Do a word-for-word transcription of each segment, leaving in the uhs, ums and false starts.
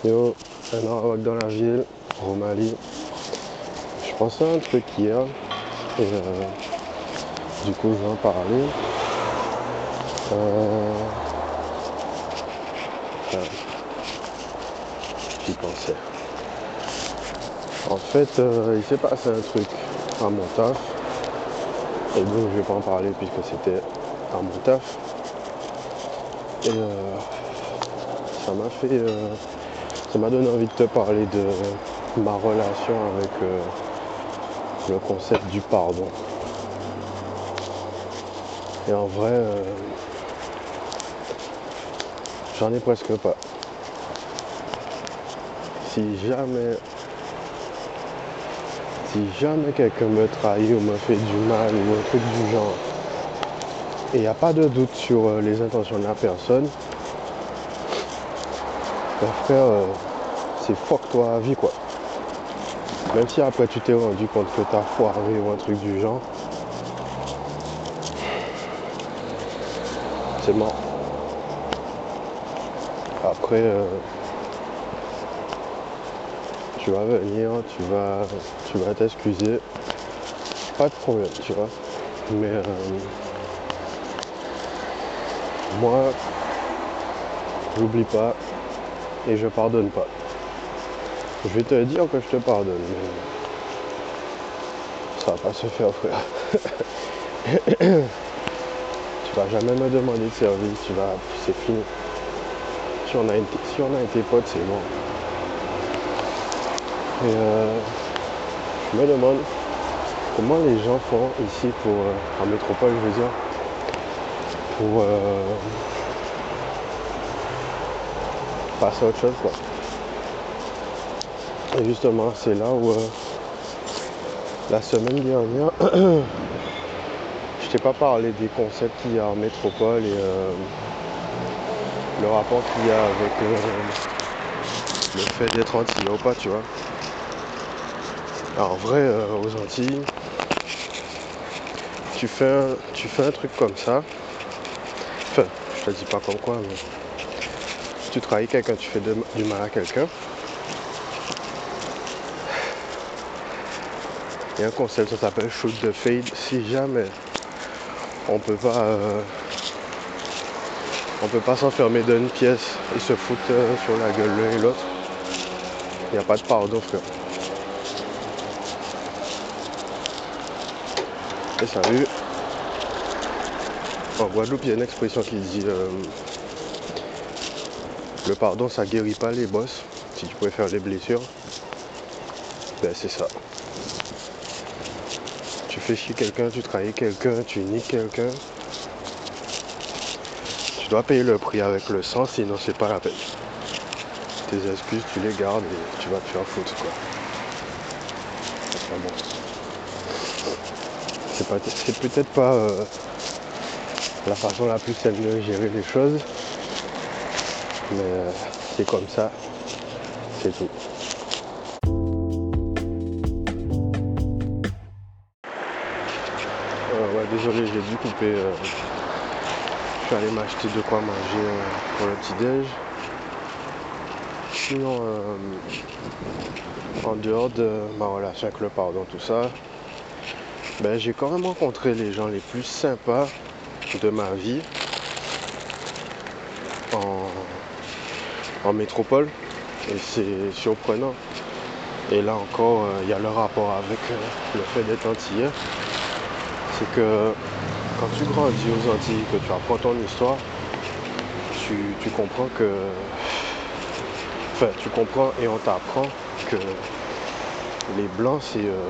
Yo, un Arawak dans la ville, Romali. Je pensais à un truc hier, et euh, du coup je vais en parler. Euh, enfin, J'y pensais. En fait, euh, il s'est passé un truc à mon taf, et donc je vais pas en parler puisque c'était à mon taf. Et euh, ça m'a fait, euh, ça m'a donné envie de te parler de ma relation avec euh, le concept du pardon. Et en vrai, euh, j'en ai presque pas. Si jamais, si jamais quelqu'un me trahit ou me fait du mal ou un truc du genre, et il n'y a pas de doute sur euh, les intentions de la personne, ben frère, euh, c'est fuck toi à vie quoi. Même si après tu t'es rendu compte que t'as foiré ou un truc du genre, c'est mort. Après, euh, tu vas venir, tu vas, tu vas t'excuser, pas de problème, tu vois. Mais euh, moi, j'oublie pas et je pardonne pas. Je vais te dire que je te pardonne, mais ça va pas se faire, frère. Tu vas jamais me demander de service, tu vas, c'est fini. Si on a été, si on a été potes, c'est mort. Et euh, je me demande comment les gens font ici pour, euh, en métropole, je veux dire, pour euh, passer à autre chose, quoi. Et justement, c'est là où euh, la semaine dernière, je t'ai pas parlé des concepts qu'il y a en métropole et euh, le rapport qu'il y a avec euh, le fait d'être antillais ou pas, tu vois. Alors, en vrai, euh, aux Antilles, tu fais, un, tu fais un truc comme ça. Enfin, je te dis pas comme quoi, mais si tu trahis quelqu'un, tu fais de, du mal à quelqu'un. Il y a un concept, ça s'appelle shoot the fade. Si jamais on peut pas, euh, on peut pas s'enfermer dans une pièce et se foutre euh, sur la gueule l'un et l'autre, il n'y a pas de pardon, frère. Et salut. En Guadeloupe, il y a une expression qui dit euh, le pardon, ça guérit pas les bosses. Si tu préfères les blessures, ben c'est ça. Tu fais chier quelqu'un, tu trahis quelqu'un, tu niques quelqu'un. Tu dois payer le prix avec le sang, sinon c'est pas la peine. Tes excuses, tu les gardes et tu vas te faire foutre, quoi. Enfin bon. C'est, pas, c'est peut-être pas euh, la façon la plus saine de gérer les choses, mais euh, c'est comme ça, c'est tout. Euh, ouais, désolé, j'ai dû couper. Euh, je suis allé m'acheter de quoi manger euh, pour le petit-déj. Sinon, euh, en dehors de ma relation avec le pardon, tout ça, ben, j'ai quand même rencontré les gens les plus sympas de ma vie en, en métropole. Et c'est surprenant. Et là encore, il euh, y a le rapport avec euh, le fait d'être antillais. C'est que quand tu grandis aux Antilles, que tu apprends ton histoire, tu, tu comprends que... Enfin, tu comprends et on t'apprend que les Blancs, c'est... Euh,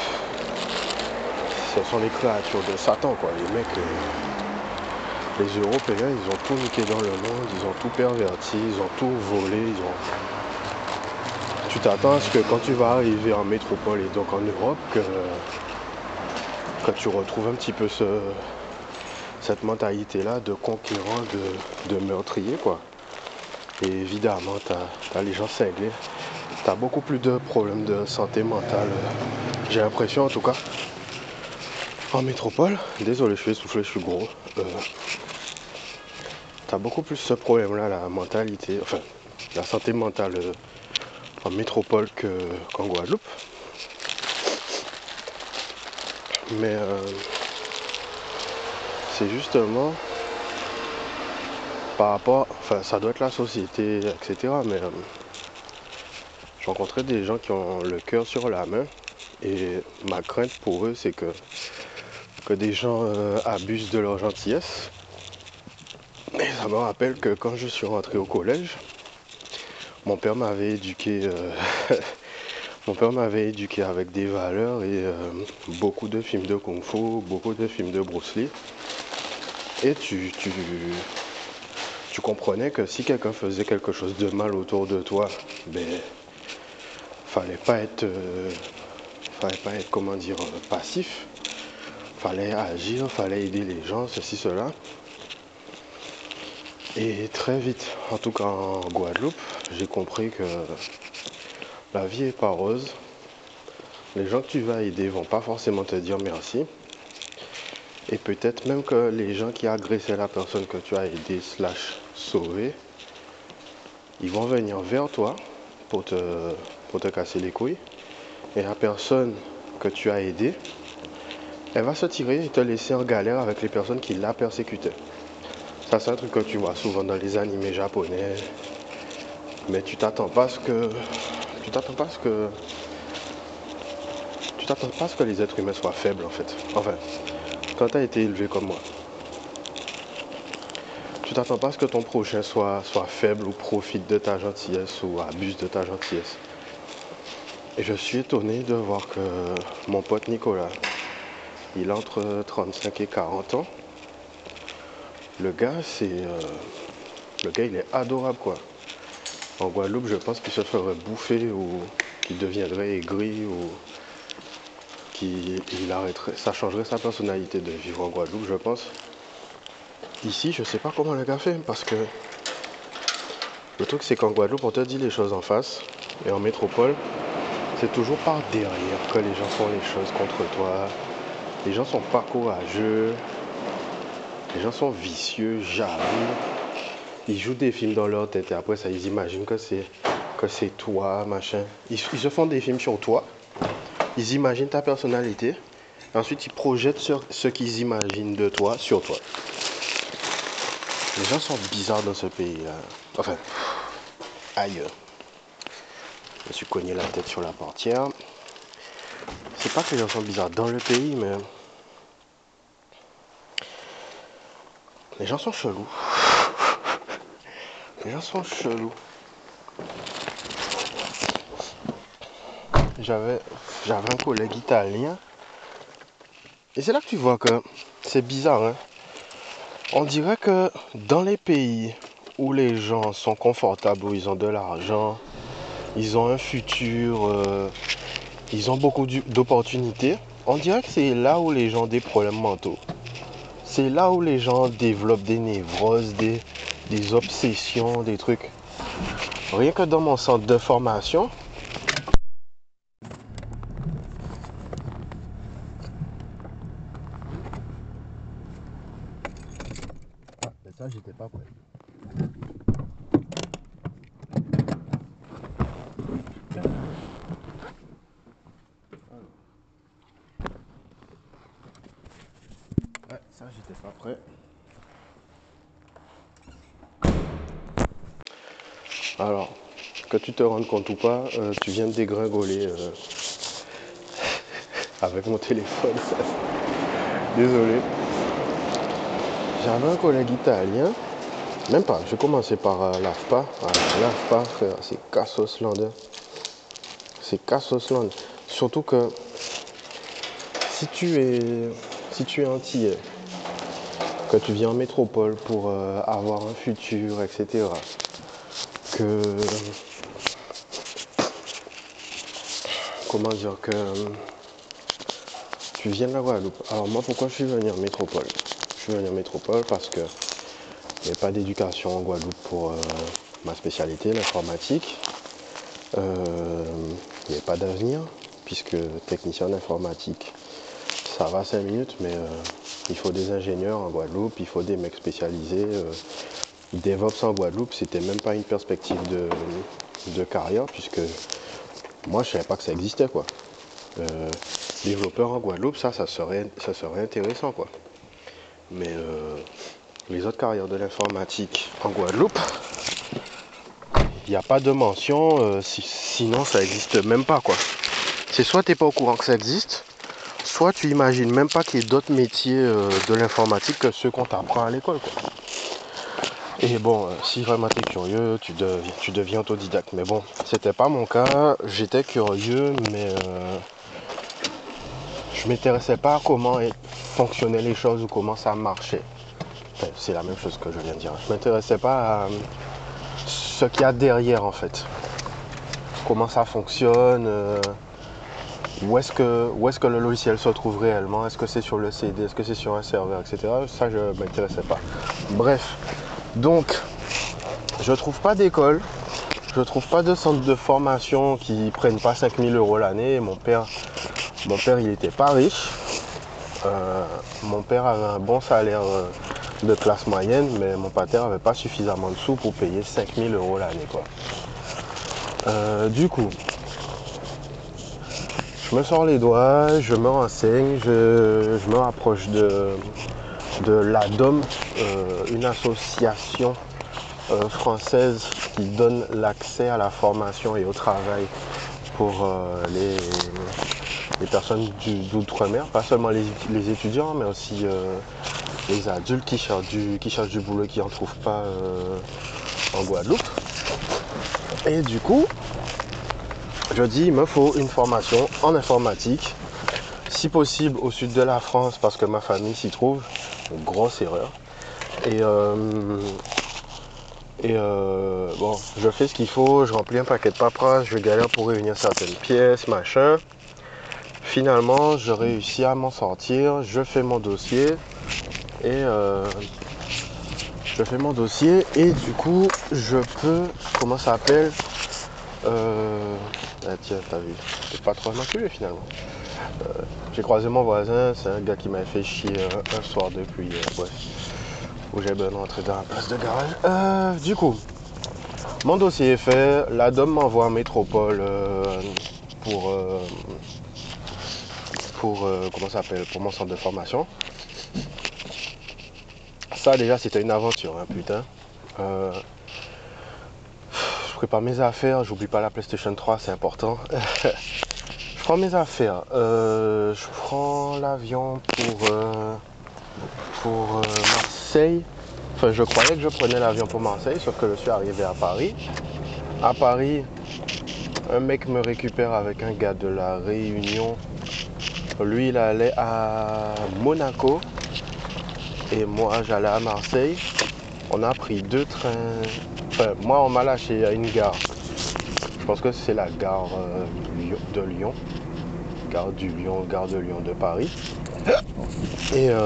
ce sont les créatures de Satan, quoi. Les mecs... Euh, les Européens, ils ont tout niqué dans le monde, ils ont tout perverti, ils ont tout volé, ils ont... Tu t'attends à ce que quand tu vas arriver en métropole et donc en Europe, que, que tu retrouves un petit peu ce, cette mentalité-là de conquérant, de, de meurtrier, quoi. Et évidemment, t'as, t'as les gens cinglés. T'as beaucoup plus de problèmes de santé mentale, j'ai l'impression en tout cas. En métropole, désolé, je suis essoufflé, je suis gros. Euh, t'as beaucoup plus ce problème-là, la mentalité, enfin, la santé mentale euh, en métropole qu'en Guadeloupe. Mais euh, c'est justement par rapport, enfin ça doit être la société, et cetera. Mais euh, je rencontrais des gens qui ont le cœur sur la main et ma crainte pour eux c'est que, que des gens euh, abusent de leur gentillesse. Et ça me rappelle que quand je suis rentré au collège, mon père m'avait éduqué, euh, mon père m'avait éduqué avec des valeurs et euh, beaucoup de films de Kung Fu, beaucoup de films de Bruce Lee. Et tu, tu, tu comprenais que si quelqu'un faisait quelque chose de mal autour de toi, ben, fallait pas être, euh, fallait pas être, comment dire, passif. Fallait agir, fallait aider les gens, ceci, cela. Et très vite, en tout cas en Guadeloupe, j'ai compris que la vie est pas rose. Les gens que tu vas aider vont pas forcément te dire merci. Et peut-être même que les gens qui agressaient la personne que tu as aidé slash sauvé, ils vont venir vers toi pour te, pour te casser les couilles. Et la personne que tu as aidée, elle va se tirer et te laisser en galère avec les personnes qui la persécutaient. Ça, c'est un truc que tu vois souvent dans les animés japonais. Mais tu t'attends pas à ce que. Tu t'attends pas à ce que. Tu t'attends pas à ce que les êtres humains soient faibles en fait. Enfin, quand tu as été élevé comme moi, tu t'attends pas à ce que ton prochain soit, soit faible ou profite de ta gentillesse ou abuse de ta gentillesse. Et je suis étonné de voir que mon pote Nicolas, il a entre trente-cinq et quarante ans. Le gars, c'est. Euh, le gars, il est adorable quoi. En Guadeloupe, je pense qu'il se ferait bouffer ou qu'il deviendrait aigri ou qu'il arrêterait. Ça changerait sa personnalité de vivre en Guadeloupe, je pense. Ici, je sais pas comment le gars fait parce que le truc, c'est qu'en Guadeloupe, on te dit les choses en face et en métropole, c'est toujours par derrière que les gens font les choses contre toi. Les gens sont pas courageux. Les gens sont vicieux, jaloux. Ils jouent des films dans leur tête et après ça, ils imaginent que c'est que c'est toi, machin. Ils, ils se font des films sur toi. Ils imaginent ta personnalité. Ensuite, ils projettent sur ce qu'ils imaginent de toi sur toi. Les gens sont bizarres dans ce pays-là. Enfin, ailleurs. Je me suis cogné la tête sur la portière. C'est pas que les gens sont bizarres dans le pays, mais les gens sont chelous. Les gens sont chelous. J'avais, j'avais un collègue italien. Et c'est là que tu vois que c'est bizarre. Hein? On dirait que dans les pays où les gens sont confortables, où ils ont de l'argent, ils ont un futur, euh, ils ont beaucoup d'opportunités, on dirait que c'est là où les gens ont des problèmes mentaux. C'est là où les gens développent des névroses, des, des obsessions, des trucs. Rien que dans mon centre de formation, ah, mais ça, j'étais pas prêt. Ouais, ça, j'étais pas prêt. Alors, que tu te rendes compte ou pas, euh, tu viens de dégringoler euh, avec mon téléphone. Désolé. J'avais un collègue italien. Même pas, je vais commencer par euh, l'A F P A. Voilà, l'A F P A, frère, c'est Cassosland. C'est Cassosland. Surtout que si tu es, si tu es antillais, que tu viens en métropole pour euh, avoir un futur, et cetera, que. Comment dire que. Tu viens de la Guadeloupe. Alors, moi, pourquoi je suis venu en métropole? Je suis venu en métropole parce que il n'y a pas d'éducation en Guadeloupe pour euh, ma spécialité, l'informatique. Euh, il n'y a pas d'avenir, puisque technicien en informatique, ça va cinq minutes, mais euh, il faut des ingénieurs en Guadeloupe, il faut des mecs spécialisés. Euh, DevOps en Guadeloupe, c'était même pas une perspective de, de carrière, puisque moi, je savais pas que ça existait, quoi. Euh, développeur en Guadeloupe, ça, ça serait, ça serait intéressant, quoi. Mais euh, les autres carrières de l'informatique en Guadeloupe, il n'y a pas de mention, euh, si, sinon ça n'existe même pas, quoi. C'est soit tu n'es pas au courant que ça existe, soit tu imagines même pas qu'il y ait d'autres métiers euh, de l'informatique que ceux qu'on t'apprend à l'école, quoi. Et bon, euh, si vraiment tu es curieux, tu deviens, tu deviens autodidacte. Mais bon, c'était pas mon cas. J'étais curieux, mais euh, je m'intéressais pas à comment fonctionnaient les choses ou comment ça marchait. Enfin, c'est la même chose que je viens de dire. Je m'intéressais pas à ce qu'il y a derrière, en fait. Comment ça fonctionne, euh, où est-ce que, où est-ce que le logiciel se trouve réellement, est-ce que c'est sur le C D, est-ce que c'est sur un serveur, et cetera. Ça, je ne m'intéressais pas. Bref, donc, je trouve pas d'école, je trouve pas de centre de formation qui prennent pas cinq mille euros l'année. Mon père, mon père, il était pas riche. Euh, mon père avait un bon salaire euh, de classe moyenne, mais mon pater avait pas suffisamment de sous pour payer cinq mille euros l'année, quoi. Euh, du coup, je me sors les doigts, je me renseigne, je, je me rapproche de, de l'A D O M, euh, une association euh, française qui donne l'accès à la formation et au travail pour euh, les, les personnes d'outre-mer, pas seulement les, les étudiants, mais aussi euh, les adultes qui cherchent du, qui cherchent du boulot, qui n'en trouvent pas euh, en Guadeloupe. Et du coup, je dis, il me faut une formation en informatique, si possible au sud de la France, parce que ma famille s'y trouve. Une grosse erreur. Et, euh, et euh, bon, je fais ce qu'il faut, je remplis un paquet de paperasse, je galère pour réunir certaines pièces, machin. Finalement, je réussis à m'en sortir, je fais mon dossier et euh, je fais mon dossier et du coup, je peux, comment ça s'appelle euh, ah tiens, t'as vu, c'est pas trop enculé finalement. Euh, j'ai croisé mon voisin, c'est un gars qui m'avait fait chier euh, un soir depuis, euh, bref, où j'ai besoin d'entrer dans la place de garage. Euh, du coup, mon dossier est fait, l'A D O M m'envoie en métropole euh, pour, euh, pour euh, comment ça s'appelle, pour mon centre de formation. Ça déjà c'était une aventure, hein, putain. Euh, je prépare mes affaires, j'oublie pas la PlayStation trois, c'est important. Je prends mes affaires, euh, je prends l'avion pour, euh, pour euh, Marseille. Enfin, je croyais que je prenais l'avion pour Marseille, sauf que je suis arrivé à Paris. À Paris, un mec me récupère avec un gars de la Réunion. Lui, il allait à Monaco et moi, j'allais à Marseille. On a pris deux trains. Enfin, moi, on m'a lâché à une gare. Je pense que c'est la gare euh, de Lyon. Gare du Lyon, gare de Lyon de Paris. Et euh,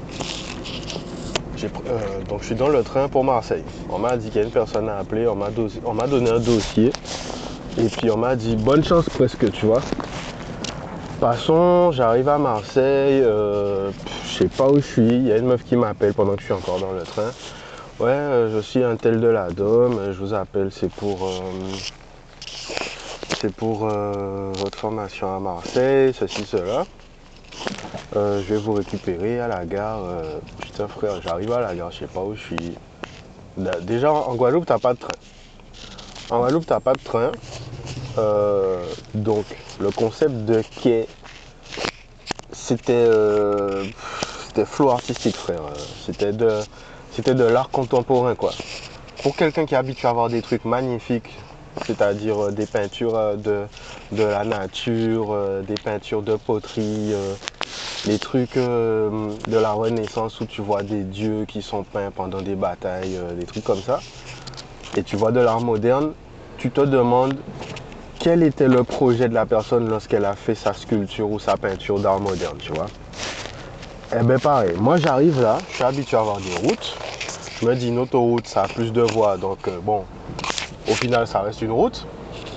j'ai, euh, donc je suis dans le train pour Marseille. On m'a dit qu'il y a une personne à appeler, on m'a, do- on m'a donné un dossier. Et puis on m'a dit bonne chance presque, tu vois. Passons, j'arrive à Marseille, euh, je sais pas où je suis, il y a une meuf qui m'appelle pendant que je suis encore dans le train. Ouais, euh, je suis un tel de la D O M, je vous appelle, c'est pour... Euh, c'est pour euh, votre formation à Marseille, ceci, cela. Euh, je vais vous récupérer à la gare. Euh, putain frère, j'arrive à la gare, je sais pas où je suis. Déjà en Guadeloupe, t'as pas de train. En Guadeloupe, t'as pas de train. Euh, donc le concept de quai, c'était euh, c'était flow artistique frère. C'était de, c'était de l'art contemporain quoi. Pour quelqu'un qui est habitué à voir des trucs magnifiques, c'est-à-dire des peintures de, de la nature, des peintures de poterie, les trucs de la Renaissance où tu vois des dieux qui sont peints pendant des batailles, des trucs comme ça, et tu vois de l'art moderne, tu te demandes quel était le projet de la personne lorsqu'elle a fait sa sculpture ou sa peinture d'art moderne, tu vois. Eh bien pareil, moi j'arrive là, je suis habitué à avoir des routes. Je me dis une autoroute ça a plus de voies, donc euh, bon, au final ça reste une route.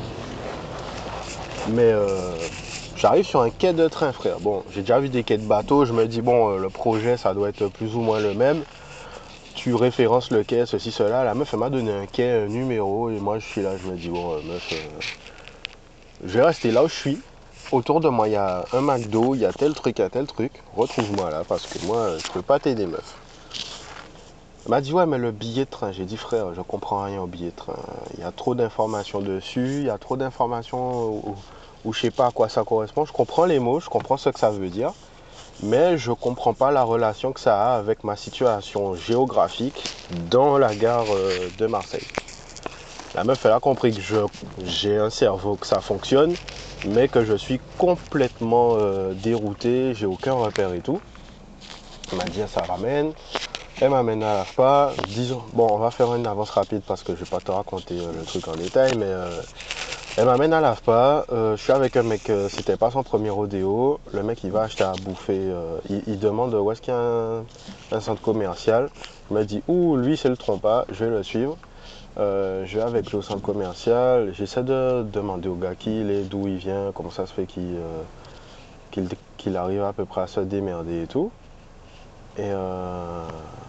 Mais euh, j'arrive sur un quai de train frère. Bon, j'ai déjà vu des quais de bateau, je me dis bon, euh, le projet ça doit être plus ou moins le même. tu références le quai, ceci, cela. La meuf, elle m'a donné un quai, un numéro, et moi, je suis là, je me dis, bon, euh, meuf, euh, je vais rester là où je suis. Autour de moi, il y a un McDo, il y a tel truc, il y a tel truc. Retrouve-moi là, parce que moi, je peux pas t'aider, meuf. Elle m'a dit, ouais, mais le billet de train. J'ai dit, frère, je comprends rien au billet de train. Il y a trop d'informations dessus, il y a trop d'informations où, où je sais pas à quoi ça correspond. Je comprends les mots, je comprends ce que ça veut dire, mais je comprends pas la relation que ça a avec ma situation géographique dans la gare euh, de Marseille. La meuf, elle a compris que je, j'ai un cerveau, que ça fonctionne, mais que je suis complètement euh, dérouté, j'ai aucun repère et tout. Elle m'a dit, ça ramène. Elle m'amène à la F P A. Disons, bon, on va faire une avance rapide parce que je vais pas te raconter euh, le truc en détail, mais euh, elle m'amène à la F P A. Euh, je suis avec un mec, euh, c'était pas son premier rodéo. Le mec, il va acheter à bouffer. Euh, il, il demande où est-ce qu'il y a un, un centre commercial. Il m'a dit, ouh, lui, c'est le trompa, je vais le suivre. Euh, je vais avec lui au centre commercial. J'essaie de demander au gars qui il est, d'où il vient, comment ça se fait qu'il euh, qu'il, qu'il arrive à peu près à se démerder et tout. Et, euh,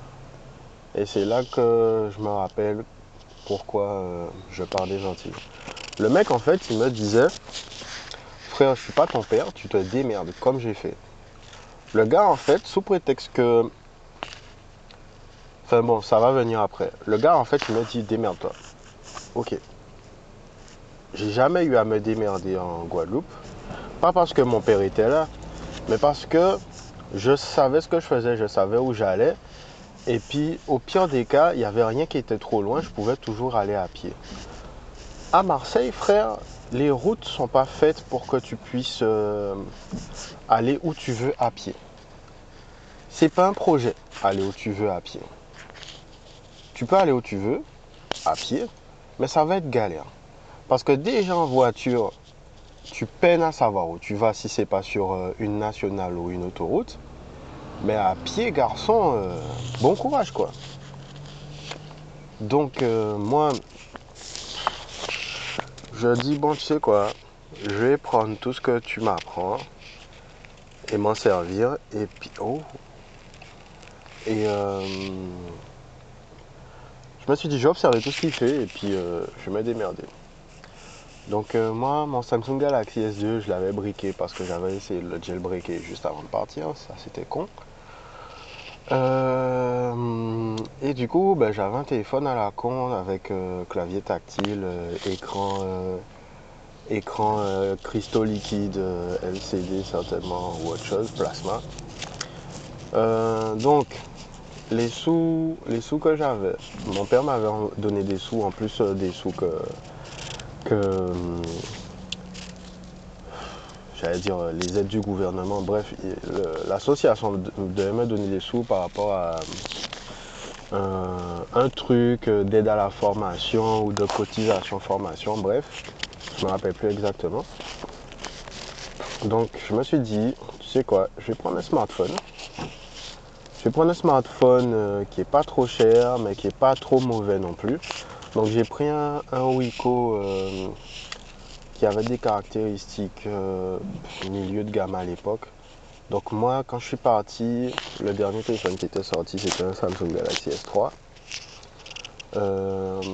et c'est là que je me rappelle pourquoi euh, je parlais gentil. Le mec, en fait, il me disait, frère, je suis pas ton père, tu te démerdes comme j'ai fait. Le gars, en fait, sous prétexte que... Enfin bon, ça va venir après. Le gars, en fait, il me dit, démerde-toi. Ok. J'ai jamais eu à me démerder en Guadeloupe. Pas parce que mon père était là, mais parce que je savais ce que je faisais, je savais où j'allais. Et puis, au pire des cas, il n'y avait rien qui était trop loin, je pouvais toujours aller à pied. À Marseille, frère, les routes sont pas faites pour que tu puisses euh, aller où tu veux à pied. C'est pas un projet, aller où tu veux à pied. Tu peux aller où tu veux à pied, mais ça va être galère. Parce que déjà en voiture, tu peines à savoir où tu vas si c'est pas sur euh, une nationale ou une autoroute. Mais à pied, garçon, euh, bon courage quoi. Donc euh, moi, je dis bon tu sais quoi, je vais prendre tout ce que tu m'apprends et m'en servir. Et puis oh. Et euh, je me suis dit je vais observer tout ce qu'il fait et puis euh, je vais me démerder. Donc euh, moi, mon Samsung Galaxy S deux, je l'avais briqué parce que j'avais essayé de le jailbreaker juste avant de partir. Ça c'était con. Euh, et du coup, ben, j'avais un téléphone à la con avec euh, clavier tactile, euh, écran, euh, écran euh, cristaux liquides, euh, L C D certainement ou autre chose, plasma. Euh, donc, les sous, les sous que j'avais, mon père m'avait donné des sous, en plus euh, des sous que, que j'allais dire les aides du gouvernement. Bref, l'association devait me donner des sous par rapport à Un, un truc d'aide à la formation ou de cotisation formation, bref, je ne me rappelle plus exactement. Donc je me suis dit, tu sais quoi, je vais prendre un smartphone. Je vais prendre un smartphone euh, qui est pas trop cher, mais qui est pas trop mauvais non plus. Donc j'ai pris un, un Wiko euh, qui avait des caractéristiques euh, milieu de gamme à l'époque. Donc moi, quand je suis parti, le dernier téléphone qui était sorti, c'était un Samsung Galaxy S trois. Euh,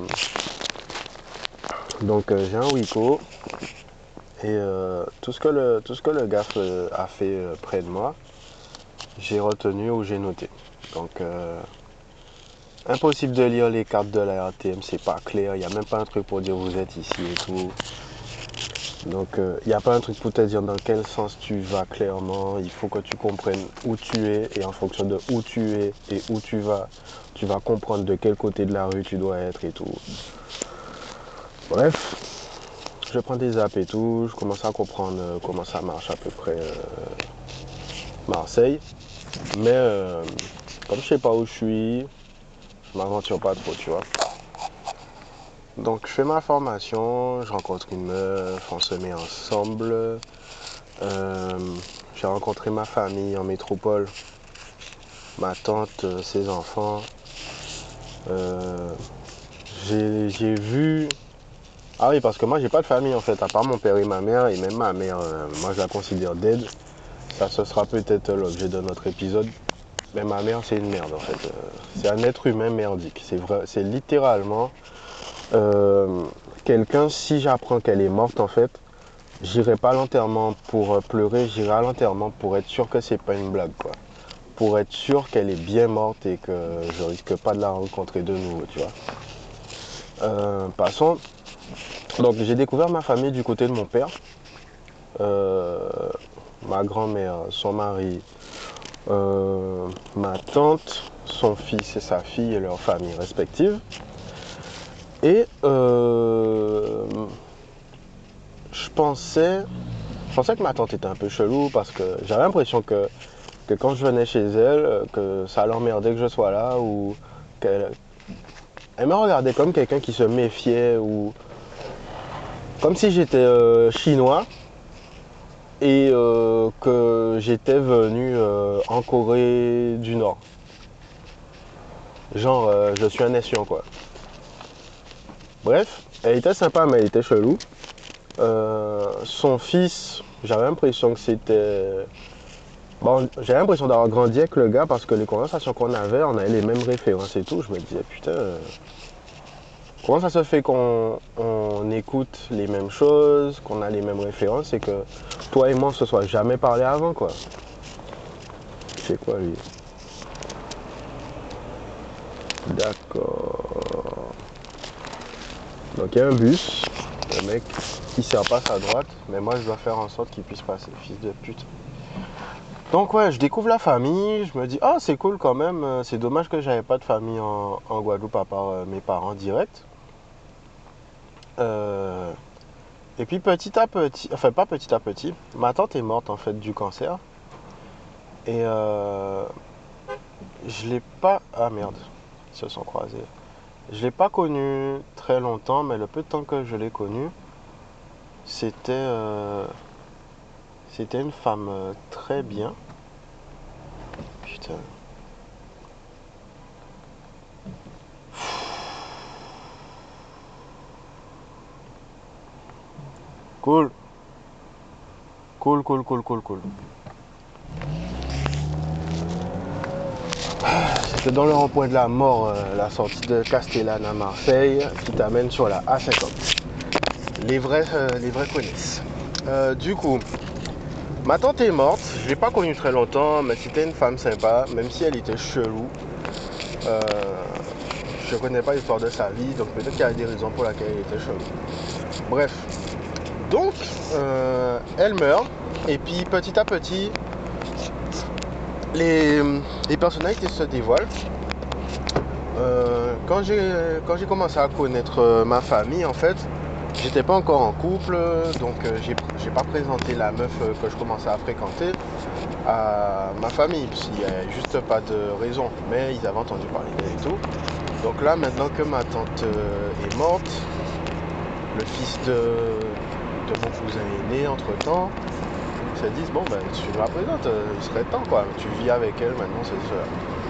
donc euh, j'ai un Wiko et euh, tout, ce que le, tout ce que le gars fait, a fait euh, près de moi, j'ai retenu ou j'ai noté. Donc euh, impossible de lire les cartes de la R T M, c'est pas clair, il n'y a même pas un truc pour dire vous êtes ici et tout. Donc il euh, n'y a pas un truc pour te dire dans quel sens tu vas clairement, il faut que tu comprennes où tu es et en fonction de où tu es et où tu vas, tu vas comprendre de quel côté de la rue tu dois être et tout. Bref, je prends des apps et tout, je commence à comprendre euh, comment ça marche à peu près euh, Marseille. Mais euh, comme je sais pas où je suis, je m'aventure pas trop, tu vois. Donc je fais ma formation, je rencontre une meuf, on se met ensemble. Euh, j'ai rencontré ma famille en métropole, ma tante, euh, ses enfants. Euh, j'ai, j'ai vu... Ah oui, parce que moi j'ai pas de famille en fait, à part mon père et ma mère, et même ma mère, euh, moi je la considère dead. Ça, ce sera peut-être l'objet de notre épisode. Mais ma mère, c'est une merde en fait. Euh, c'est un être humain merdique. C'est vrai, c'est littéralement euh, quelqu'un, si j'apprends qu'elle est morte en fait, j'irai pas à l'enterrement pour pleurer, j'irai à l'enterrement pour être sûr que c'est pas une blague quoi. Pour être sûr qu'elle est bien morte et que je risque pas de la rencontrer de nouveau, tu vois. Euh, passons. Donc j'ai découvert ma famille du côté de mon père. Euh, ma grand-mère, son mari, euh, ma tante, son fils et sa fille et leurs familles respectives. Et euh, je pensais, je pensais que ma tante était un peu chelou parce que j'avais l'impression que, que quand je venais chez elle, que ça l'emmerdait que je sois là ou qu'elle elle me regardait comme quelqu'un qui se méfiait ou comme si j'étais euh, chinois et euh, que j'étais venu euh, en Corée du Nord. Genre, euh, je suis un escient quoi. Bref, elle était sympa, mais elle était chelou. Euh, son fils, j'avais l'impression que c'était. Bon, j'avais l'impression d'avoir grandi avec le gars parce que les conversations qu'on avait, on avait les mêmes références et tout. Je me disais, putain, euh, comment ça se fait qu'on on écoute les mêmes choses, qu'on a les mêmes références et que toi et moi on se soit jamais parlé avant quoi. C'est quoi lui? D'accord. Donc il y a un bus, le mec qui sert pas à droite, mais moi je dois faire en sorte qu'il puisse passer, fils de pute. Donc ouais, je découvre la famille, je me dis ah c'est cool quand même, c'est dommage que j'avais pas de famille en, en Guadeloupe à part euh, mes parents directs. Euh, et puis petit à petit, enfin pas petit à petit, ma tante est morte en fait du cancer. Et euh, je l'ai pas. Ah merde, ils se sont croisés. Je l'ai pas connue très longtemps, mais le peu de temps que je l'ai connue, c'était euh, c'était une femme euh, très bien. Putain. Cool. Cool, cool, cool, cool, cool. C'était dans le rond-point de la mort, euh, la sortie de Castellane à Marseille, qui t'amène sur la A cinquante. Les vrais, euh, les vrais connaissent. Euh, du coup, ma tante est morte. Je ne l'ai pas connue très longtemps, mais c'était une femme sympa, même si elle était chelou. Euh, je ne connais pas l'histoire de sa vie, donc peut-être qu'il y a des raisons pour lesquelles elle était chelou. Bref. Donc, euh, elle meurt, et puis petit à petit, les, les personnalités se dévoilent. Euh, quand j'ai quand j'ai commencé à connaître euh, ma famille, en fait, j'étais pas encore en couple, donc euh, j'ai j'ai pas présenté la meuf euh, que je commençais à fréquenter à ma famille, parce qu'il n'y a juste pas de raison, mais ils avaient entendu parler d'elle et tout. Donc là, maintenant que ma tante euh, est morte, le fils de, de mon cousin est né entre-temps, ils se disent, bon, ben, tu me la présentes, euh, il serait temps, quoi. Tu vis avec elle, maintenant, c'est ça.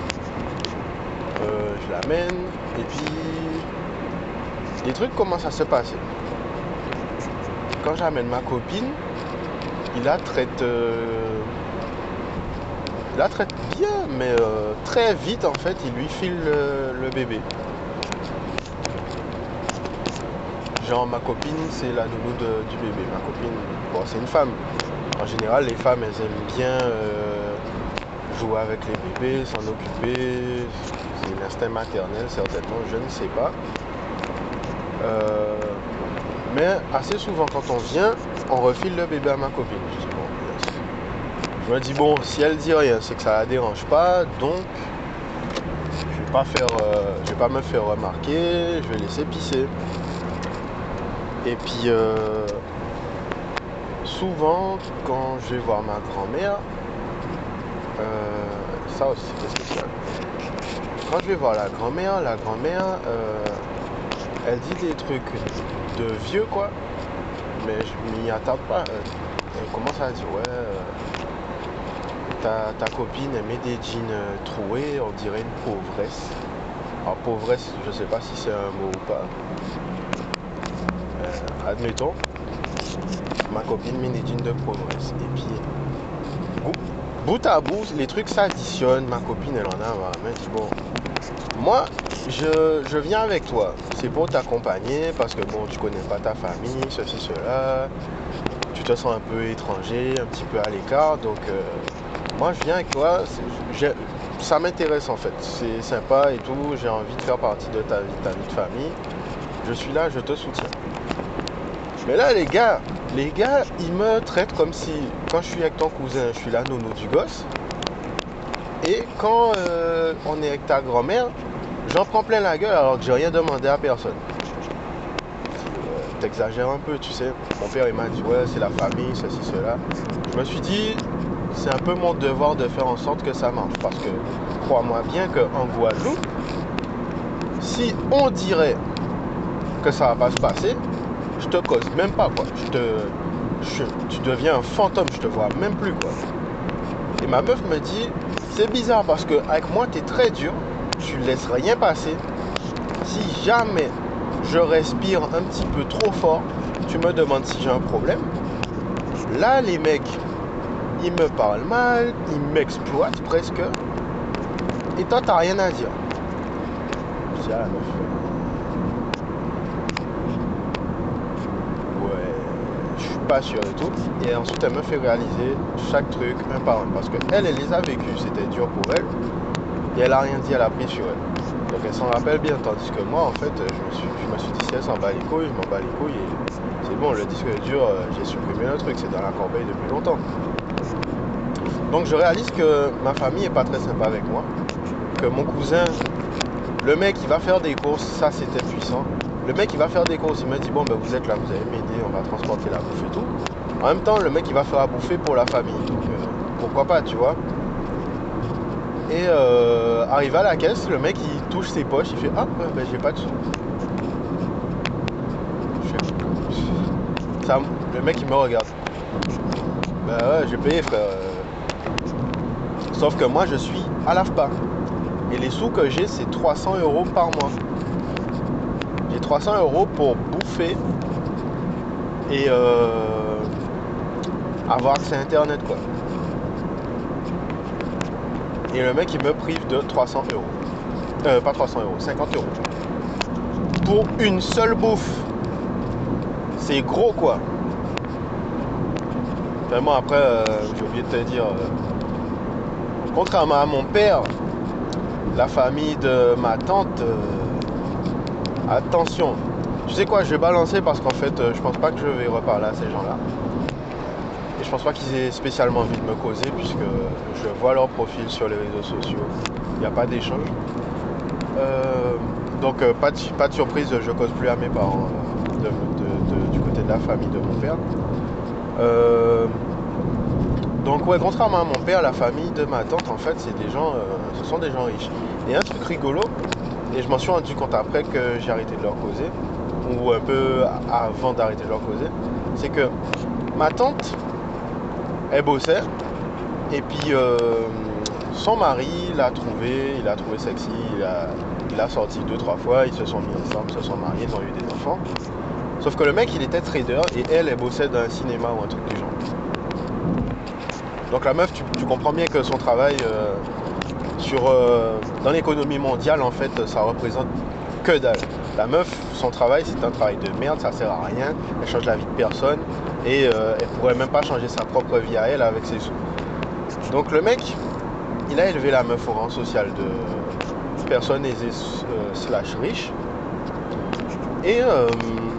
Euh, je l'amène, et puis, les trucs commencent à se passer. Quand j'amène ma copine, il la traite... Euh, il la traite bien, mais euh, très vite, en fait, il lui file le, le bébé. Genre ma copine c'est la nounou de, du bébé. Ma copine, bon c'est une femme. En général les femmes elles aiment bien euh, jouer avec les bébés, s'en occuper. C'est l'instinct maternel certainement, je ne sais pas. Euh, mais assez souvent quand on vient, on refile le bébé à ma copine. Je dis, bon, je me dis bon si elle dit rien c'est que ça la dérange pas, donc je vais pas faire, euh, je vais pas me faire remarquer, je vais laisser pisser. Et puis, euh, souvent, quand je vais voir ma grand-mère, euh, ça aussi c'est spécial. Quand je vais voir la grand-mère, la grand-mère, euh, elle dit des trucs de vieux, quoi, mais je m'y attarde pas. Elle commence à dire, ouais, euh, ta, ta copine, elle met des jeans euh, troués, on dirait une pauvresse. Alors, pauvresse, je sais pas si c'est un mot ou pas. Euh, admettons. Ma copine met des jeans de progrès. Et puis, bout à bout, les trucs s'additionnent. Ma copine, elle en a marre. Elle me dit, bon, moi, je, je viens avec toi. C'est pour t'accompagner parce que, bon, tu connais pas ta famille, ceci, cela. Tu te sens un peu étranger, un petit peu à l'écart. Donc, euh, moi, je viens avec toi. J'ai- ça m'intéresse, en fait. C'est sympa et tout. J'ai envie de faire partie de ta vie, ta vie de famille. Je suis là, je te soutiens. Mais là, les gars, les gars, ils me traitent comme si, quand je suis avec ton cousin, je suis la nounou du gosse. Et quand euh, on est avec ta grand-mère, j'en prends plein la gueule alors que j'ai rien demandé à personne. Euh, T'exagères un peu, tu sais. Mon père, il m'a dit, ouais, c'est la famille, ceci, cela. Je me suis dit, c'est un peu mon devoir de faire en sorte que ça marche. Parce que, crois-moi bien qu'en Guadeloupe, si on dirait que ça va pas se passer, je te cause même pas, quoi. Je te, je, tu deviens un fantôme, je te vois même plus, quoi. Et ma meuf me dit, c'est bizarre parce que avec moi, tu es très dur, tu laisses rien passer. Si jamais je respire un petit peu trop fort, tu me demandes si j'ai un problème. Là, les mecs, ils me parlent mal, ils m'exploitent presque. Et toi, t'as rien à dire. Je dis à la meuf, ouais, je suis pas sûr et tout. Et ensuite, elle me fait réaliser chaque truc un par un. Parce qu'elle, elle les a vécus, c'était dur pour elle. Et elle a rien dit, elle a pris sur elle. Donc elle s'en rappelle bien. Tandis que moi, en fait, je me suis, je me suis dit, si elle s'en bat les couilles, je m'en bats les couilles. Et c'est bon, le disque dur, euh, j'ai supprimé le truc. C'est dans la corbeille depuis longtemps. Donc je réalise que ma famille est pas très sympa avec moi. Que mon cousin, le mec, il va faire des courses. Ça, c'était puissant. Le mec, il va faire des courses. Il me dit, bon, ben vous êtes là, vous allez m'aider, on va transporter la bouffe et tout. En même temps, le mec, il va faire à bouffer pour la famille. Donc euh, pourquoi pas, tu vois. Et euh, arrivé à la caisse, le mec il touche ses poches, il fait ah ben j'ai pas de sous. Je fais, ça, le mec il me regarde. Ben ouais j'ai payé frère. Sauf que moi je suis à l'A F P A. Et les sous que j'ai c'est trois cents euros par mois. J'ai trois cents euros pour bouffer et euh, avoir accès à internet quoi. Et le mec il me prive de trois cents euros. Euh, pas trois cents euros, cinquante euros. Pour une seule bouffe. C'est gros quoi. Vraiment après, euh, j'ai oublié de te dire, euh, contrairement à mon père, la famille de ma tante, euh, attention. Tu sais quoi, je vais balancer parce qu'en fait, euh, je pense pas que je vais reparler à ces gens-là. Et je pense pas qu'ils aient spécialement envie de me causer puisque je vois leur profil sur les réseaux sociaux. Il n'y a pas d'échange. Euh, donc euh, pas, de, pas de surprise, je cause plus à mes parents euh, de, de, de, du côté de la famille de mon père. Euh, donc ouais, contrairement à mon père, la famille de ma tante, en fait, c'est des gens, euh, ce sont des gens riches. Et un truc rigolo, et je m'en suis rendu compte après que j'ai arrêté de leur causer, ou un peu avant d'arrêter de leur causer, c'est que ma tante, elle bossait, et puis euh, son mari l'a trouvé, il l'a trouvé sexy, il a, il a sorti deux, trois fois, ils se sont mis ensemble, se sont mariés, ils ont eu des enfants. Sauf que le mec, il était trader, et elle, elle bossait dans un cinéma ou un truc du genre. Donc la meuf, tu, tu comprends bien que son travail euh, sur, euh, dans l'économie mondiale, en fait, ça représente que dalle. La meuf, son travail, c'est un travail de merde, ça sert à rien, elle change la vie de personne et euh, elle pourrait même pas changer sa propre vie à elle avec ses sous. Donc le mec, il a élevé la meuf au rang social de personne aisée euh, slash riche et euh,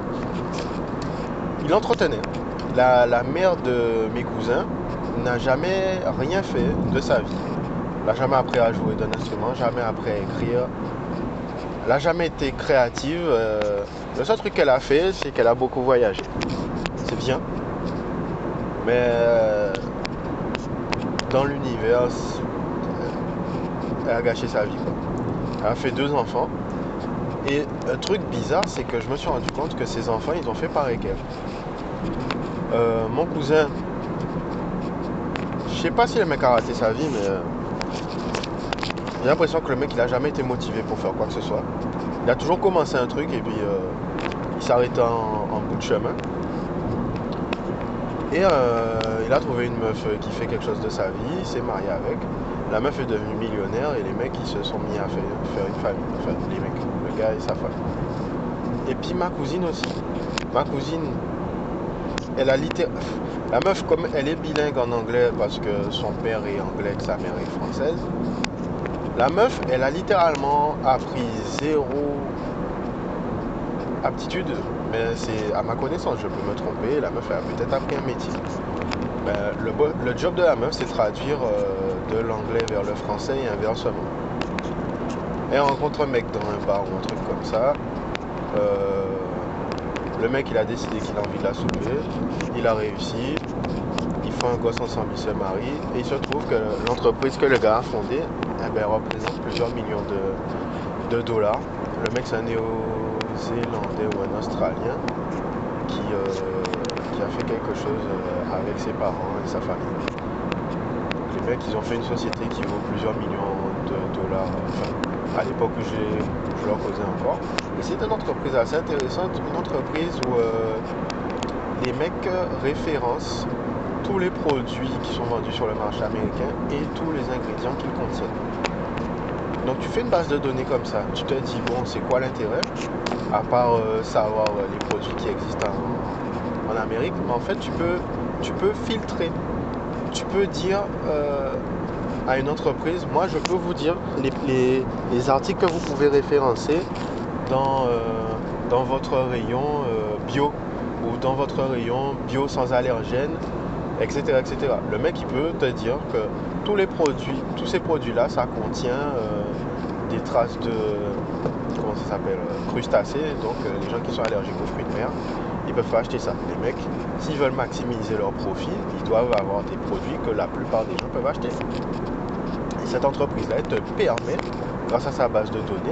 il l'entretenait. La, la mère de mes cousins n'a jamais rien fait de sa vie. Elle n'a jamais appris à jouer d'un instrument, jamais appris à écrire. Elle n'a jamais été créative. Euh, le seul truc qu'elle a fait, c'est qu'elle a beaucoup voyagé. C'est bien. Mais euh, dans l'univers, elle a gâché sa vie, quoi. Elle a fait deux enfants. Et un truc bizarre, c'est que je me suis rendu compte que ces enfants, ils ont fait pareil qu'elle. Euh, mon cousin, je sais pas si le mec a raté sa vie, mais euh, j'ai l'impression que le mec il a jamais été motivé pour faire quoi que ce soit. Il a toujours commencé un truc et puis euh, il s'arrête en, en bout de chemin. Et euh, il a trouvé une meuf qui fait quelque chose de sa vie, il s'est marié avec. La meuf est devenue millionnaire et les mecs ils se sont mis à faire, faire une famille. Enfin, les mecs, le gars et sa femme. Et puis ma cousine aussi. Ma cousine, elle a littéralement... La meuf, comme elle est bilingue en anglais parce que son père est anglais et sa mère est française, la meuf, elle a littéralement appris zéro aptitude. Mais c'est à ma connaissance, je peux me tromper. La meuf, elle a peut-être appris un métier. Ben, le, le job de la meuf, c'est traduire euh, de l'anglais vers le français et inversement. Elle rencontre un mec dans un bar ou un truc comme ça. Euh, le mec, il a décidé qu'il a envie de la soulever. Il a réussi. Ils font un gosse ensemble, ils se marient. Et il se trouve que l'entreprise que le gars a fondée, eh ben, représente plusieurs millions de, de dollars. Le mec, c'est un néo-zélandais ou un australien qui... Euh, qui a fait quelque chose avec ses parents et sa famille. Donc les mecs, ils ont fait une société qui vaut plusieurs millions de dollars, enfin, à l'époque où je leur causais encore. Et c'est une entreprise assez intéressante, une entreprise où euh, les mecs référencent tous les produits qui sont vendus sur le marché américain et tous les ingrédients qu'ils contiennent. Donc tu fais une base de données comme ça, tu te dis, bon, c'est quoi l'intérêt, à part euh, savoir euh, les produits qui existent en en Amérique, mais en fait tu peux, tu peux filtrer. Tu peux dire euh, à une entreprise, moi je peux vous dire les, les, les articles que vous pouvez référencer dans, euh, dans votre rayon euh, bio ou dans votre rayon bio sans allergènes, et cetera, et cetera. Le mec il peut te dire que tous les produits, tous ces produits-là, ça contient euh, des traces de, comment ça s'appelle, crustacés, donc euh, les gens qui sont allergiques aux fruits de mer. Ils peuvent pas acheter ça. Les mecs, s'ils veulent maximiser leur profit, ils doivent avoir des produits que la plupart des gens peuvent acheter. Et cette entreprise-là, elle te permet, grâce à sa base de données,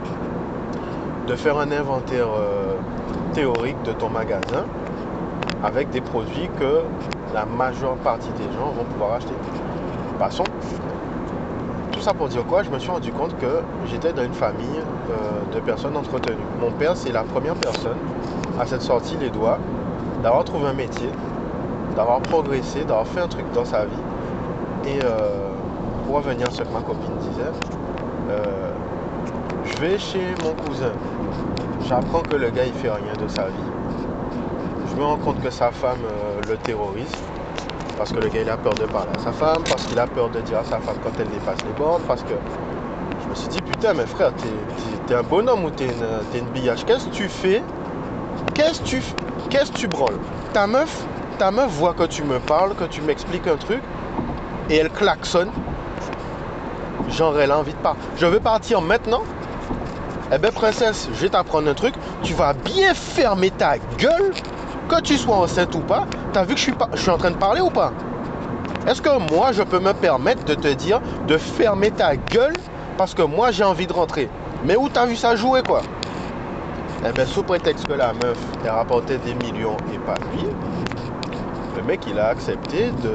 de faire un inventaire euh, théorique de ton magasin avec des produits que la majeure partie des gens vont pouvoir acheter. Passons. Tout ça pour dire quoi? Je me suis rendu compte que j'étais dans une famille euh, de personnes entretenues. Mon père, c'est la première personne à s'être sorti les doigts, d'avoir trouvé un métier, d'avoir progressé, d'avoir fait un truc dans sa vie. Et euh, pour revenir à ce que ma copine disait, euh, je vais chez mon cousin, j'apprends que le gars il fait rien de sa vie. Je me rends compte que sa femme euh, le terrorise, parce que le gars il a peur de parler à sa femme, parce qu'il a peur de dire à sa femme quand elle dépasse les bornes, parce que je me suis dit putain mais frère, t'es, t'es, t'es un bonhomme ou t'es une, t'es une billache, qu'est-ce que tu fais? Qu'est-ce que tu, qu'est-ce que tu branles? Ta meuf, ta meuf voit que tu me parles, que tu m'expliques un truc, et elle klaxonne. Genre, elle a envie de parler. Je veux partir maintenant. Eh ben, princesse, je vais t'apprendre un truc. Tu vas bien fermer ta gueule, que tu sois enceinte ou pas. T'as vu que je suis, pas, je suis en train de parler ou pas? Est-ce que moi, je peux me permettre de te dire de fermer ta gueule parce que moi, j'ai envie de rentrer? Mais où t'as vu ça jouer, quoi? Eh bien, sous prétexte que la meuf, elle rapportait des millions et pas lui, le mec, il a accepté de...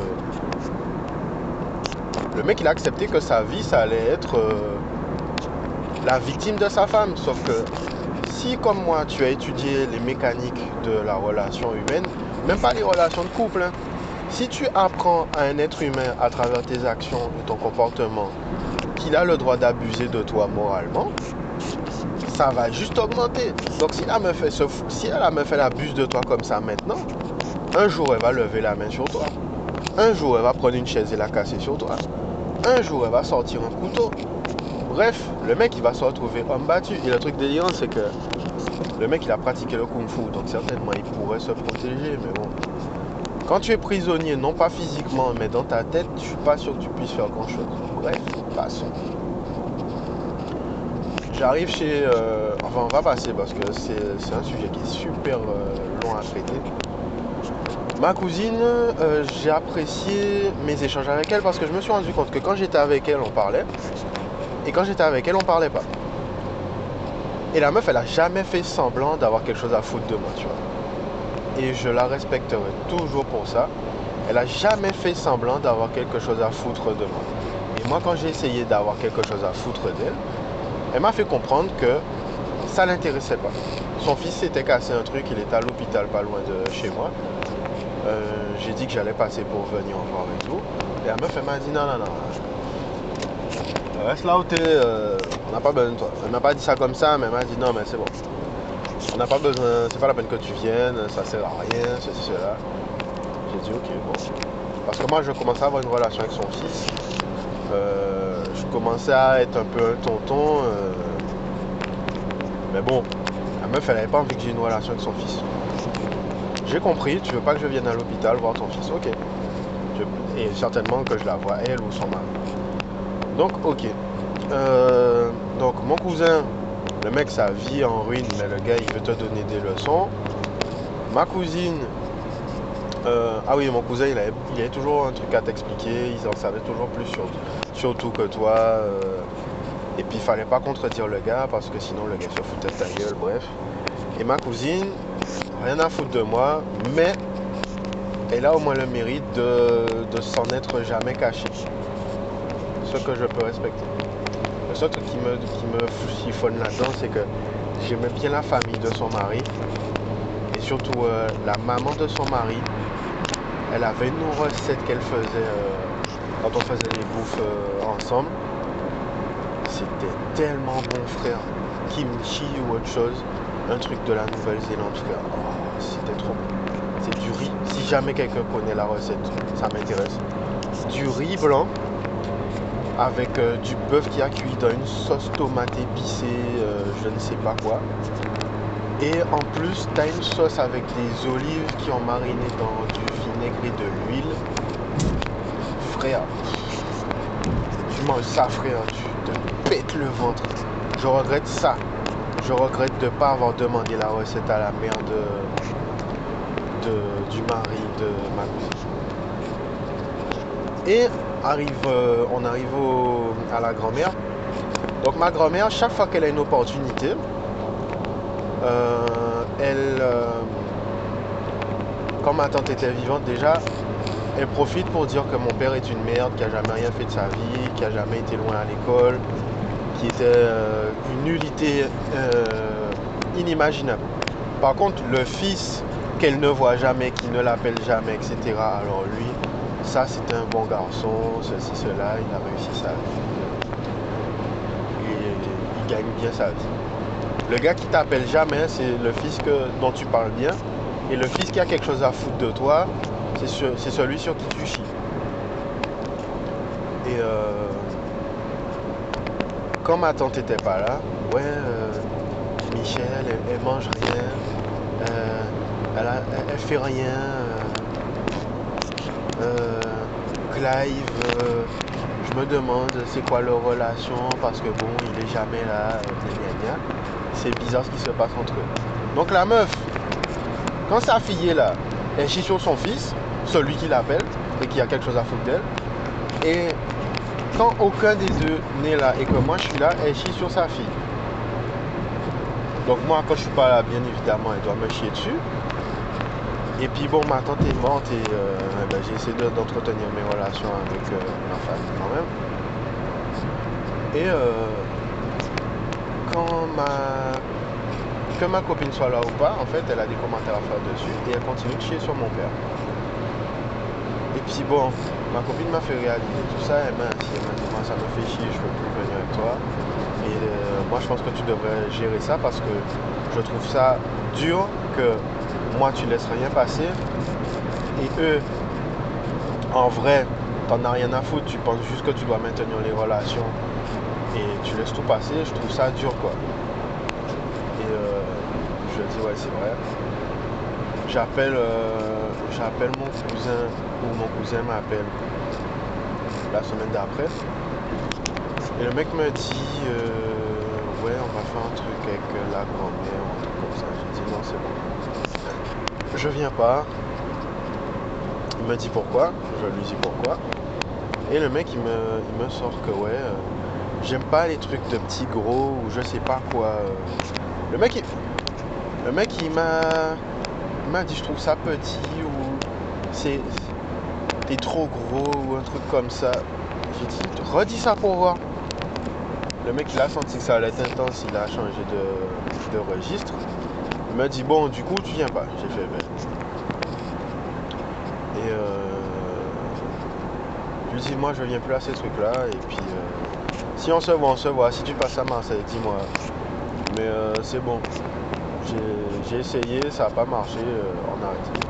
Le mec, il a accepté que sa vie, ça allait être euh, la victime de sa femme. Sauf que si, comme moi, tu as étudié les mécaniques de la relation humaine, même pas les relations de couple, hein, si tu apprends à un être humain à travers tes actions et ton comportement qu'il a le droit d'abuser de toi moralement, ça va juste augmenter. Donc si la meuf elle se fout, si la meuf elle abuse de toi comme ça maintenant, un jour elle va lever la main sur toi. Un jour elle va prendre une chaise et la casser sur toi. Un jour elle va sortir un couteau. Bref, le mec il va se retrouver homme battu. Et le truc délirant c'est que le mec il a pratiqué le kung fu, donc certainement il pourrait se protéger, mais bon. Quand tu es prisonnier, non pas physiquement, mais dans ta tête, je suis pas sûr que tu puisses faire grand chose. Bref, passons. J'arrive chez... Euh, enfin, on va passer parce que c'est, c'est un sujet qui est super euh, long à traiter. Ma cousine, euh, j'ai apprécié mes échanges avec elle parce que je me suis rendu compte que quand j'étais avec elle, on parlait. Et quand j'étais avec elle, on parlait pas. Et la meuf, elle a jamais fait semblant d'avoir quelque chose à foutre de moi, tu vois. Et je la respecterai toujours pour ça. Elle a jamais fait semblant d'avoir quelque chose à foutre de moi. Et moi, quand j'ai essayé d'avoir quelque chose à foutre d'elle, elle m'a fait comprendre que ça l'intéressait pas. Son fils s'était cassé un truc, il était à l'hôpital pas loin de chez moi. Euh, j'ai dit que j'allais passer pour venir encore et tout. Et la meuf, elle m'a dit non, non, non. Reste là où t'es, euh, on n'a pas besoin de toi. Elle m'a pas dit ça comme ça, mais elle m'a dit non, mais c'est bon. On n'a pas besoin, c'est pas la peine que tu viennes, ça sert à rien, ceci, cela. J'ai dit ok, bon. Parce que moi, je commençais à avoir une relation avec son fils. Euh, je commençais à être un peu un tonton. Euh, mais bon, la meuf, elle n'avait pas envie que j'ai une relation avec son fils. J'ai compris, tu veux pas que je vienne à l'hôpital voir ton fils, ok. Je, et certainement que je la vois, elle ou son mari. Donc, ok. Euh, donc, mon cousin, le mec, sa vie en ruine, mais le gars, il veut te donner des leçons. Ma cousine, euh, ah oui, mon cousin, il avait, il avait toujours un truc à t'expliquer, il en savait toujours plus sur, sur tout que toi. Euh, et puis, il fallait pas contredire le gars, parce que sinon, le gars se foutait de ta gueule, bref. Et ma cousine, rien à foutre de moi, mais elle a au moins le mérite de, de s'en être jamais cachée. Ce que je peux respecter. Le seul truc qui me, qui me chiffonne là-dedans, c'est que j'aimais bien la famille de son mari. Et surtout, euh, la maman de son mari, elle avait une recette qu'elle faisait euh, quand on faisait les bouffes euh, ensemble. C'était tellement bon, frère. Kimchi ou autre chose. Un truc de la Nouvelle-Zélande, frère. Oh, c'était trop bon. C'est du riz. Si jamais quelqu'un connaît la recette, ça m'intéresse. Du riz blanc avec euh, du bœuf qui a cuit dans une sauce tomate épicée, euh, je ne sais pas quoi. Et en plus, tu as une sauce avec des olives qui ont mariné dans du vinaigre et de l'huile. Frère, tu manges ça, frère, tu te pètes le ventre. Je regrette ça. Je regrette de ne pas avoir demandé la recette à la mère de, de, du mari de ma cousine. Et arrive, euh, on arrive au, à la grand-mère. Donc ma grand-mère, chaque fois qu'elle a une opportunité, euh, elle, euh, quand ma tante était vivante déjà, elle profite pour dire que mon père est une merde, qui a jamais rien fait de sa vie, qui a jamais été loin à l'école, qui était euh, une nullité euh, inimaginable. Par contre, le fils qu'elle ne voit jamais, qui ne l'appelle jamais, et cetera. Alors lui, ça c'était un bon garçon, ceci, cela, il a réussi sa vie. Et il gagne bien sa vie. Le gars qui t'appelle jamais, c'est le fils que, dont tu parles bien. Et le fils qui a quelque chose à foutre de toi, c'est, sur, c'est celui sur qui tu chies. Et euh, quand ma tante n'était pas là, ouais, euh, Michel, elle, elle mange rien, euh, elle, a, elle, elle fait rien. Euh, euh, Clive, euh, je me demande c'est quoi leur relation parce que bon, il est jamais là, gna, gna, gna. C'est bizarre ce qui se passe entre eux. Donc la meuf, quand sa fille est là, elle chie sur son fils, celui qui l'appelle et qui a quelque chose à foutre d'elle. Et quand aucun des deux n'est là et que moi je suis là, elle chie sur sa fille. Donc moi quand je suis pas là, bien évidemment, elle doit me chier dessus. Et puis bon, ma tante est morte et euh, ben, j'ai essayé de, d'entretenir mes relations avec euh, ma famille quand même. Et euh, quand ma... que ma copine soit là ou pas, en fait, elle a des commentaires à faire dessus et elle continue de chier sur mon père. Et puis bon, ma copine m'a fait réaliser tout ça, elle m'a dit, elle m'a dit, moi ça me fait chier, je veux plus venir avec toi. Et euh, moi je pense que tu devrais gérer ça parce que je trouve ça dur que moi tu laisses rien passer et eux en vrai t'en as rien à foutre, tu penses juste que tu dois maintenir les relations et tu laisses tout passer. Je trouve ça dur quoi. Et euh, je dis ouais c'est vrai. J'appelle euh, j'appelle mon cousin ou mon cousin m'appelle la semaine d'après et le mec me dit euh, ouais on va faire un truc avec la grand-mère ou un truc comme ça. J'ai dit non c'est bon. Je viens pas. Il me dit pourquoi. Je lui dis pourquoi. Et le mec il me, il me sort que ouais, euh, j'aime pas les trucs de petits gros ou je sais pas quoi. Euh. Le mec il, le mec il m'a, il m'a dit je trouve ça petit ou c'est t'es trop gros ou un truc comme ça. J'ai dit redis ça pour voir. Le mec il a senti que ça allait être intense, il a changé de, de registre. Il m'a dit bon du coup tu viens pas. J'ai fait ben. lui dis, moi je viens plus à ces trucs-là. Et puis, euh, si on se voit, on se voit. Si tu passes à Marseille, dis-moi. Mais euh, c'est bon. J'ai essayé, ça n'a pas marché, euh, on arrête.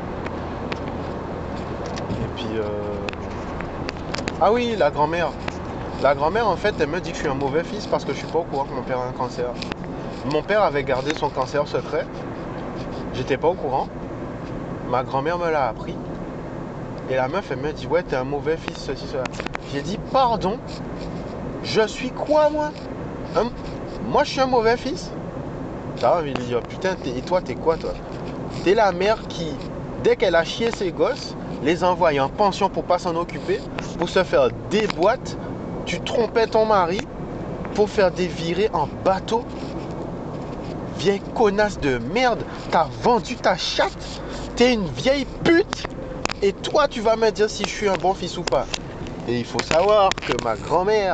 Et puis, euh... ah oui, la grand-mère. La grand-mère, en fait, elle me dit que je suis un mauvais fils parce que je suis pas au courant que mon père a un cancer. Mon père avait gardé son cancer secret. J'étais pas au courant. Ma grand-mère me l'a appris. Et la meuf, elle me dit, ouais, t'es un mauvais fils, ceci, cela. J'ai dit, pardon, je suis quoi, moi un... Moi, je suis un mauvais fils. T'as envie de dire, putain, et toi, t'es quoi, toi? T'es la mère qui, dès qu'elle a chié ses gosses, les envoie en pension pour pas s'en occuper, pour se faire des boîtes. Tu trompais ton mari pour faire des virées en bateau. Vieille connasse de merde, t'as vendu ta chatte. T'es une vieille pute. Et toi, tu vas me dire si je suis un bon fils ou pas. Et il faut savoir que ma grand-mère,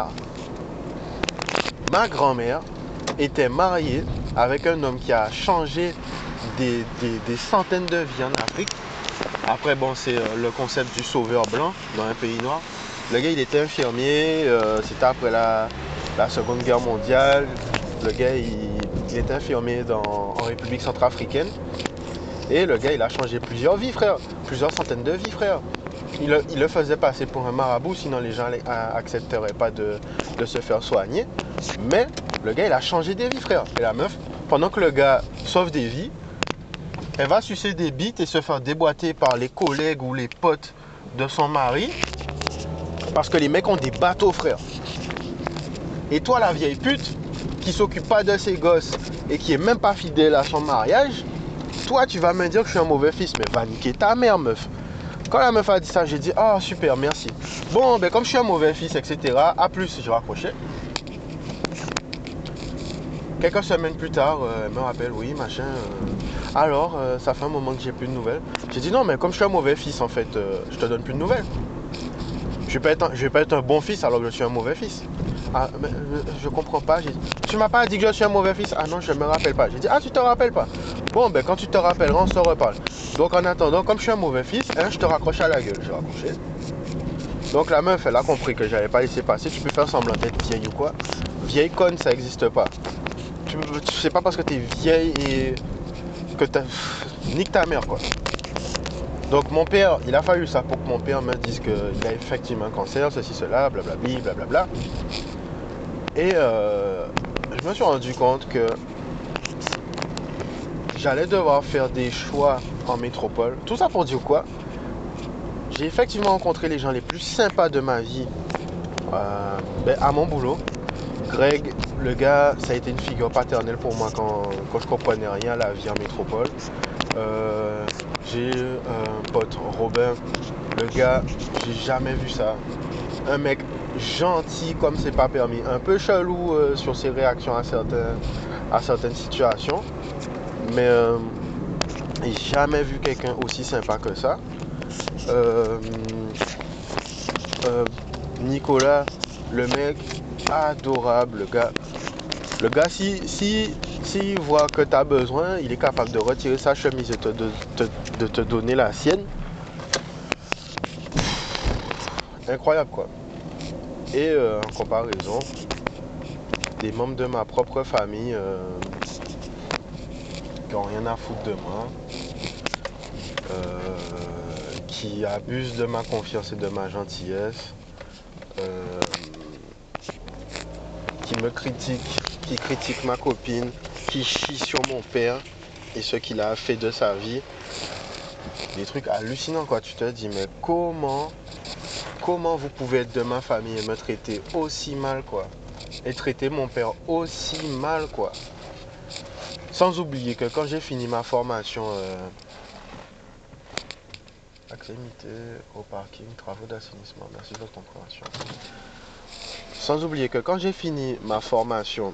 ma grand-mère était mariée avec un homme qui a changé des, des, des centaines de vies en Afrique. Après, bon, c'est le concept du sauveur blanc dans un pays noir. Le gars, il était infirmier. Euh, C'était après la, la Seconde Guerre mondiale. Le gars, il, il était infirmier dans, en République centrafricaine. Et le gars, il a changé plusieurs vies, frère. Plusieurs centaines de vies, frère. Il le, il le faisait passer pour un marabout, sinon les gens n'accepteraient pas de, de se faire soigner. Mais le gars, il a changé des vies, frère. Et la meuf, pendant que le gars sauve des vies, elle va sucer des bites et se faire déboîter par les collègues ou les potes de son mari. Parce que les mecs ont des bateaux, frère. Et toi, la vieille pute, qui s'occupe pas de ses gosses et qui est même pas fidèle à son mariage, toi, tu vas me dire que je suis un mauvais fils. Mais va niquer ta mère, meuf. Quand la meuf a dit ça, j'ai dit, ah, oh, super, merci. Bon, ben comme je suis un mauvais fils, et cetera. À plus, je raccrochais. Quelques semaines plus tard, euh, elle me rappelle, oui, machin. Euh, alors, euh, ça fait un moment que j'ai plus de nouvelles. J'ai dit, non, mais comme je suis un mauvais fils, en fait, euh, je te donne plus de nouvelles. Je vais pas être un, je vais pas être un bon fils alors que je suis un mauvais fils. Ah, mais, euh, je comprends pas. Dit, tu m'as pas dit que je suis un mauvais fils? Ah non, je me rappelle pas. J'ai dit, ah, tu te rappelles pas? Bon, ben quand tu te rappelleras, on se reparle. Donc en attendant, comme je suis un mauvais fils, hein, je te raccroche à la gueule. J'ai raccroché. Donc la meuf, elle a compris que j'avais pas laissé passer. Tu peux faire semblant d'être vieille ou quoi. Vieille conne, ça existe pas. Tu, tu sais pas parce que t'es vieille et que t'as... Nique ta mère, quoi. Donc mon père, il a fallu ça pour que mon père me dise qu'il a effectivement un cancer, ceci, cela, blablabli, blablabla. Et euh, je me suis rendu compte que j'allais devoir faire des choix en métropole. Tout ça pour dire quoi? J'ai effectivement rencontré les gens les plus sympas de ma vie euh, ben, à mon boulot. Greg, le gars, ça a été une figure paternelle pour moi quand, quand je comprenais rien à la vie en métropole. Euh, j'ai un pote, Robin, le gars, j'ai jamais vu ça. Un mec gentil comme c'est pas permis, un peu chelou euh, sur ses réactions à, certains, à certaines situations, mais euh, j'ai jamais vu quelqu'un aussi sympa que ça. Euh, euh, Nicolas, le mec adorable, le gars. Le gars, si, si, s'il voit que tu as besoin, il est capable de retirer sa chemise et de, de, de, de te donner la sienne. Incroyable, quoi. Et euh, en comparaison, des membres de ma propre famille euh, qui n'ont rien à foutre de moi, euh, qui abusent de ma confiance et de ma gentillesse, euh, qui me critiquent, qui critiquent ma copine, qui chie sur mon père et ce qu'il a fait de sa vie. Des trucs hallucinants, quoi. Tu te dis, mais comment, comment vous pouvez être de ma famille et me traiter aussi mal, quoi. Et traiter mon père aussi mal, quoi. Sans oublier que quand j'ai fini ma formation, euh, accès limité au parking, travaux d'assainissement, merci de votre compréhension. Sans oublier que quand j'ai fini ma formation,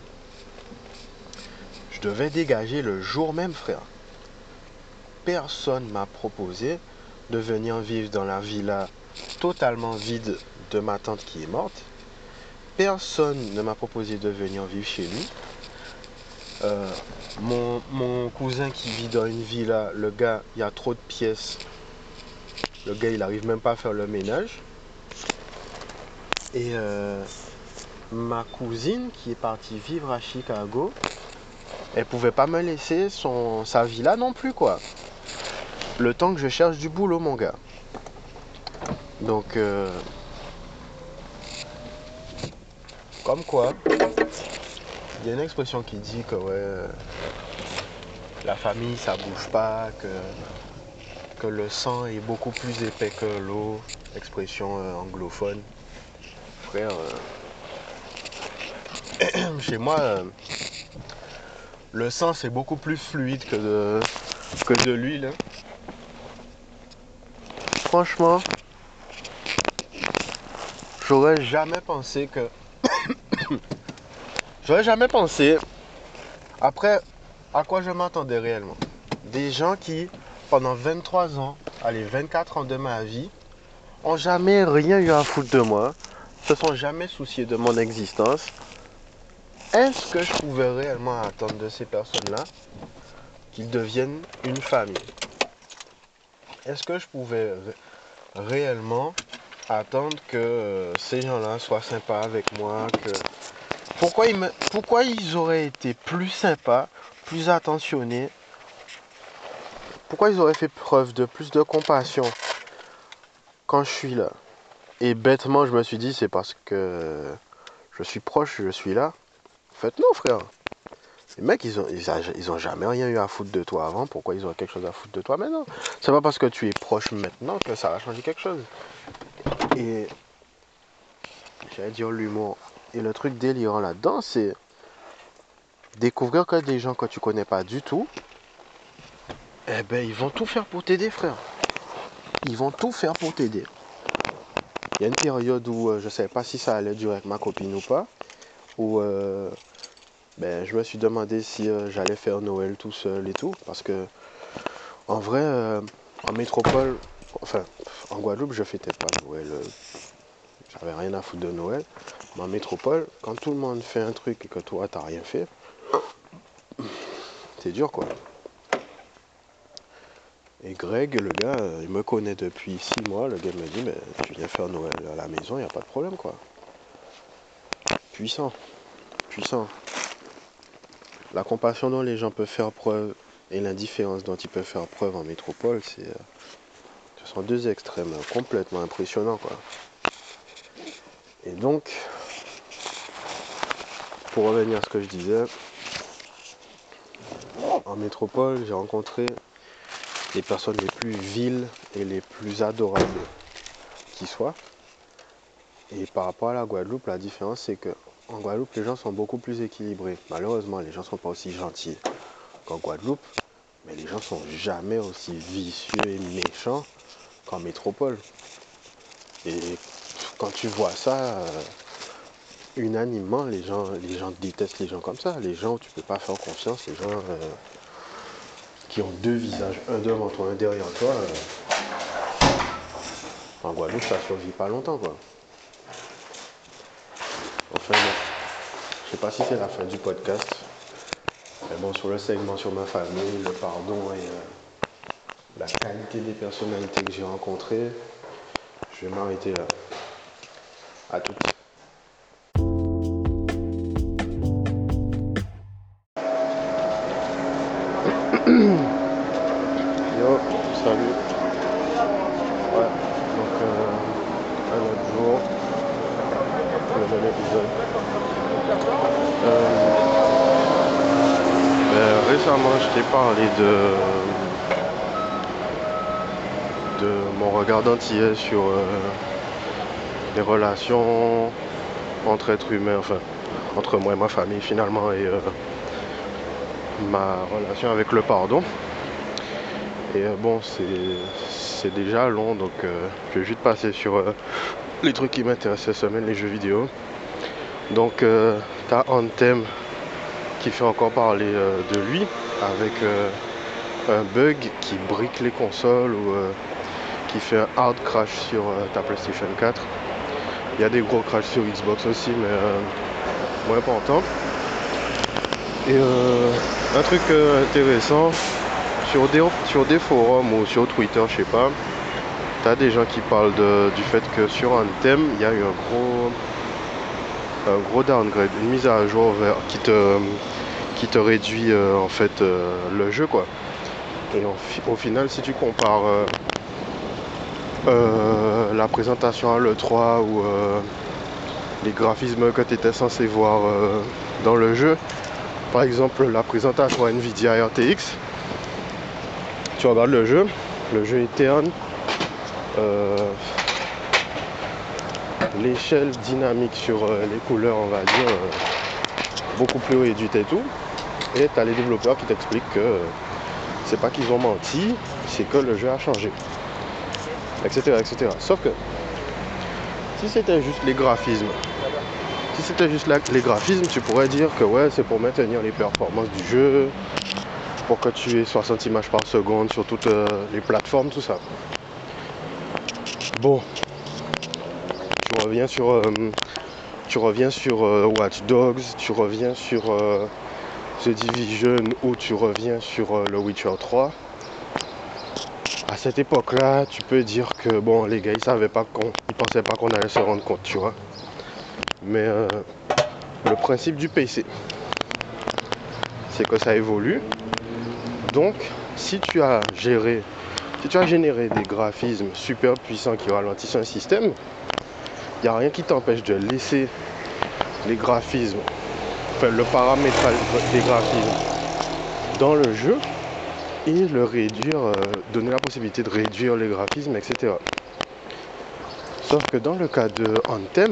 je devais dégager le jour même, frère. Personne m'a proposé de venir vivre dans la villa totalement vide de ma tante qui est morte. Personne ne m'a proposé de venir vivre chez lui. Euh, mon, mon cousin qui vit dans une villa, le gars, il y a trop de pièces. Le gars, il n'arrive même pas à faire le ménage. Et euh, ma cousine qui est partie vivre à Chicago, elle pouvait pas me laisser son, sa villa non plus, quoi. Le temps que je cherche du boulot, mon gars. Donc, euh, comme quoi, il y a une expression qui dit que ouais, euh, la famille ça bouge pas, que, que le sang est beaucoup plus épais que l'eau. Expression euh, anglophone. Frère, euh, chez moi, euh, le sang c'est beaucoup plus fluide que de, que de l'huile. Franchement, j'aurais jamais pensé que. J'aurais jamais pensé. Après, à quoi je m'attendais réellement? Des gens qui, pendant vingt-trois ans, allez, vingt-quatre ans de ma vie, ont jamais rien eu à foutre de moi, se sont jamais souciés de mon existence. Est-ce que je pouvais réellement attendre de ces personnes-là qu'ils deviennent une famille? Est-ce que je pouvais ré- réellement attendre que euh, ces gens-là soient sympas avec moi, que pourquoi ils, me... pourquoi ils auraient été plus sympas, plus attentionnés, pourquoi ils auraient fait preuve de plus de compassion quand je suis là? Et bêtement, je me suis dit, c'est parce que je suis proche, je suis là. En fait, non, frère. Les mecs, ils ont, ils, a- ils ont jamais rien eu à foutre de toi avant. Pourquoi ils auraient quelque chose à foutre de toi maintenant? C'est pas parce que tu es proche maintenant que ça va changer quelque chose. Et j'allais dire l'humour. Et le truc délirant là-dedans, c'est découvrir que des gens que tu connais pas du tout, eh ben, ils vont tout faire pour t'aider, frère. Ils vont tout faire pour t'aider. Il y a une période où euh, je savais pas si ça allait durer avec ma copine ou pas, où euh, ben, je me suis demandé si euh, j'allais faire Noël tout seul et tout, parce que en vrai, euh, en métropole, enfin, en Guadeloupe, je fêtais pas Noël, euh, j'avais rien à foutre de Noël, mais en métropole, quand tout le monde fait un truc et que toi, t'as rien fait, c'est dur, quoi. Et Greg, le gars, euh, il me connaît depuis six mois, le gars me dit, mais tu viens faire Noël à la maison, il n'y a pas de problème, quoi. Puissant, puissant. La compassion dont les gens peuvent faire preuve et l'indifférence dont ils peuvent faire preuve en métropole, c'est, euh, ce sont deux extrêmes complètement impressionnants, quoi. Et donc, pour revenir à ce que je disais, en métropole, j'ai rencontré les personnes les plus viles et les plus adorables qui soient. Et par rapport à la Guadeloupe, la différence, c'est que en Guadeloupe, les gens sont beaucoup plus équilibrés. Malheureusement, les gens ne sont pas aussi gentils qu'en Guadeloupe, mais les gens sont jamais aussi vicieux et méchants qu'en métropole. Et quand tu vois ça, euh, unanimement, les gens, les gens détestent les gens comme ça. Les gens où tu peux pas faire confiance, les gens euh, qui ont deux visages, un devant toi, un derrière toi. Euh, en Guadeloupe, ça survit pas longtemps, quoi. Enfin, bon, je sais pas si c'est la fin du podcast. Mais bon, sur le segment sur ma famille, le pardon et euh, la qualité des personnalités que j'ai rencontrées, je vais m'arrêter là. À tout. Yo, salut. Ouais, donc euh, un autre jour, le même épisode. Euh, ben, récemment, je t'ai parlé de, de mon regard d'antillais sur euh, les relations entre êtres humains, enfin, entre moi et ma famille finalement, et euh, ma relation avec le pardon. Et euh, bon, c'est déjà long, donc euh, je vais juste passer sur euh, les trucs qui m'intéressent cette semaine, les jeux vidéo. Donc, euh, t'as Anthem qui fait encore parler euh, de lui, avec euh, un bug qui brique les consoles ou euh, qui fait un hard crash sur euh, ta PlayStation quatre. Il y a des gros crashs sur Xbox aussi, mais euh, moins important. Et euh, un truc euh, intéressant, sur des, sur des forums ou sur Twitter, je sais pas, t'as des gens qui parlent de, du fait que sur Anthem, il y a eu un gros, un gros downgrade, une mise à jour vers, qui te, qui te réduit euh, en fait euh, le jeu quoi. Et en, au final, si tu compares euh, euh, la présentation à l'E trois ou euh, les graphismes que tu étais censé voir euh, dans le jeu, par exemple la présentation à Nvidia R T X, tu regardes le jeu, le jeu est terne, euh, l'échelle dynamique sur euh, les couleurs, on va dire, euh, beaucoup plus réduite et tout, et tu as les développeurs qui t'expliquent que euh, c'est pas qu'ils ont menti, c'est que le jeu a changé, etc., et cetera. Sauf que si c'était juste les graphismes, si c'était juste la, les graphismes, tu pourrais dire que ouais, c'est pour maintenir les performances du jeu, pour que tu aies soixante images par seconde sur toutes euh, les plateformes, tout ça. Bon, tu reviens sur, euh, tu reviens sur euh, Watch Dogs, tu reviens sur euh, The Division ou tu reviens sur euh, le Witcher trois. À cette époque-là, tu peux dire que bon, les gars, ils savaient pas qu'on, ils pensaient pas qu'on allait se rendre compte, tu vois. Mais euh, le principe du P C, c'est que ça évolue. Donc, si tu as géré, si tu as généré des graphismes super puissants qui ralentissent un système, il n'y a rien qui t'empêche de laisser les graphismes, enfin le paramétrage des graphismes dans le jeu et le réduire, euh, donner la possibilité de réduire les graphismes, et cetera. Sauf que dans le cas de Anthem,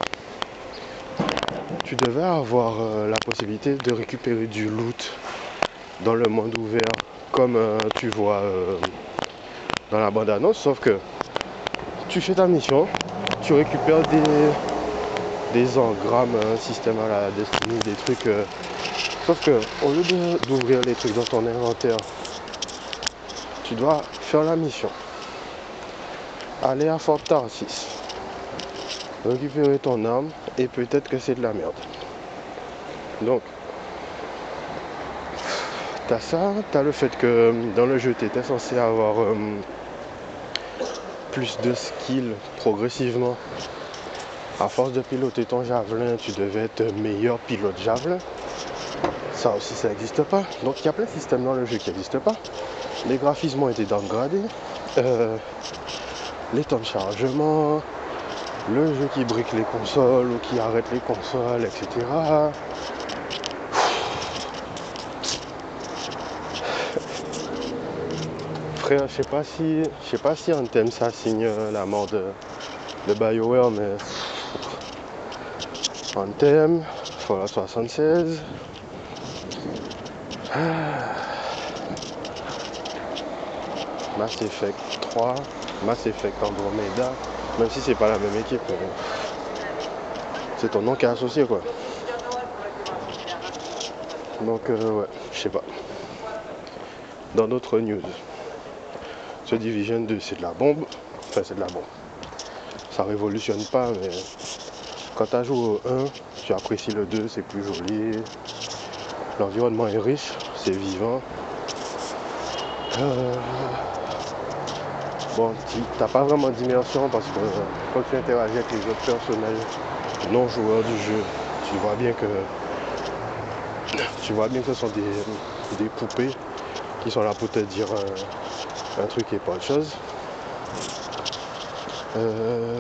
tu devais avoir euh, la possibilité de récupérer du loot dans le monde ouvert, comme euh, tu vois euh, dans la bande-annonce, sauf que tu fais ta mission, tu récupères des, des engrammes, un système à la Destiny, des trucs. Euh, sauf que au lieu de, d'ouvrir les trucs dans ton inventaire, tu dois faire la mission, aller à Fort Tarsis, récupérer ton arme, et peut-être que c'est de la merde. Donc, t'as ça, t'as le fait que dans le jeu, t'étais censé avoir euh, plus de skills progressivement. À force de piloter ton javelin, tu devais être meilleur pilote javelin. Ça aussi, ça n'existe pas. Donc, il y a plein de systèmes dans le jeu qui n'existent pas. Les graphismes ont été downgradés. Euh, les temps de chargement, le jeu qui brique les consoles ou qui arrête les consoles, et cetera. Frère, je sais pas si, je sais pas si Anthem ça signe la mort de, de BioWare, mais Anthem, Fallout soixante-seize. Ah. Mass Effect trois, Mass Effect Andromeda, même si c'est pas la même équipe, mais c'est ton nom qui est associé quoi. Donc euh, ouais, je sais pas. Dans d'autres news, The Division deux c'est de la bombe, enfin c'est de la bombe. Ça révolutionne pas, mais quand tu as joué au un, tu apprécies le deux, c'est plus joli. L'environnement est riche, c'est vivant. Euh... Bon, t'as pas vraiment d'immersion parce que euh, quand tu interagis avec les autres personnages non joueurs du jeu, tu vois bien que tu vois bien que ce sont des, des poupées qui sont là pour te dire euh, un truc et pas autre chose. Euh...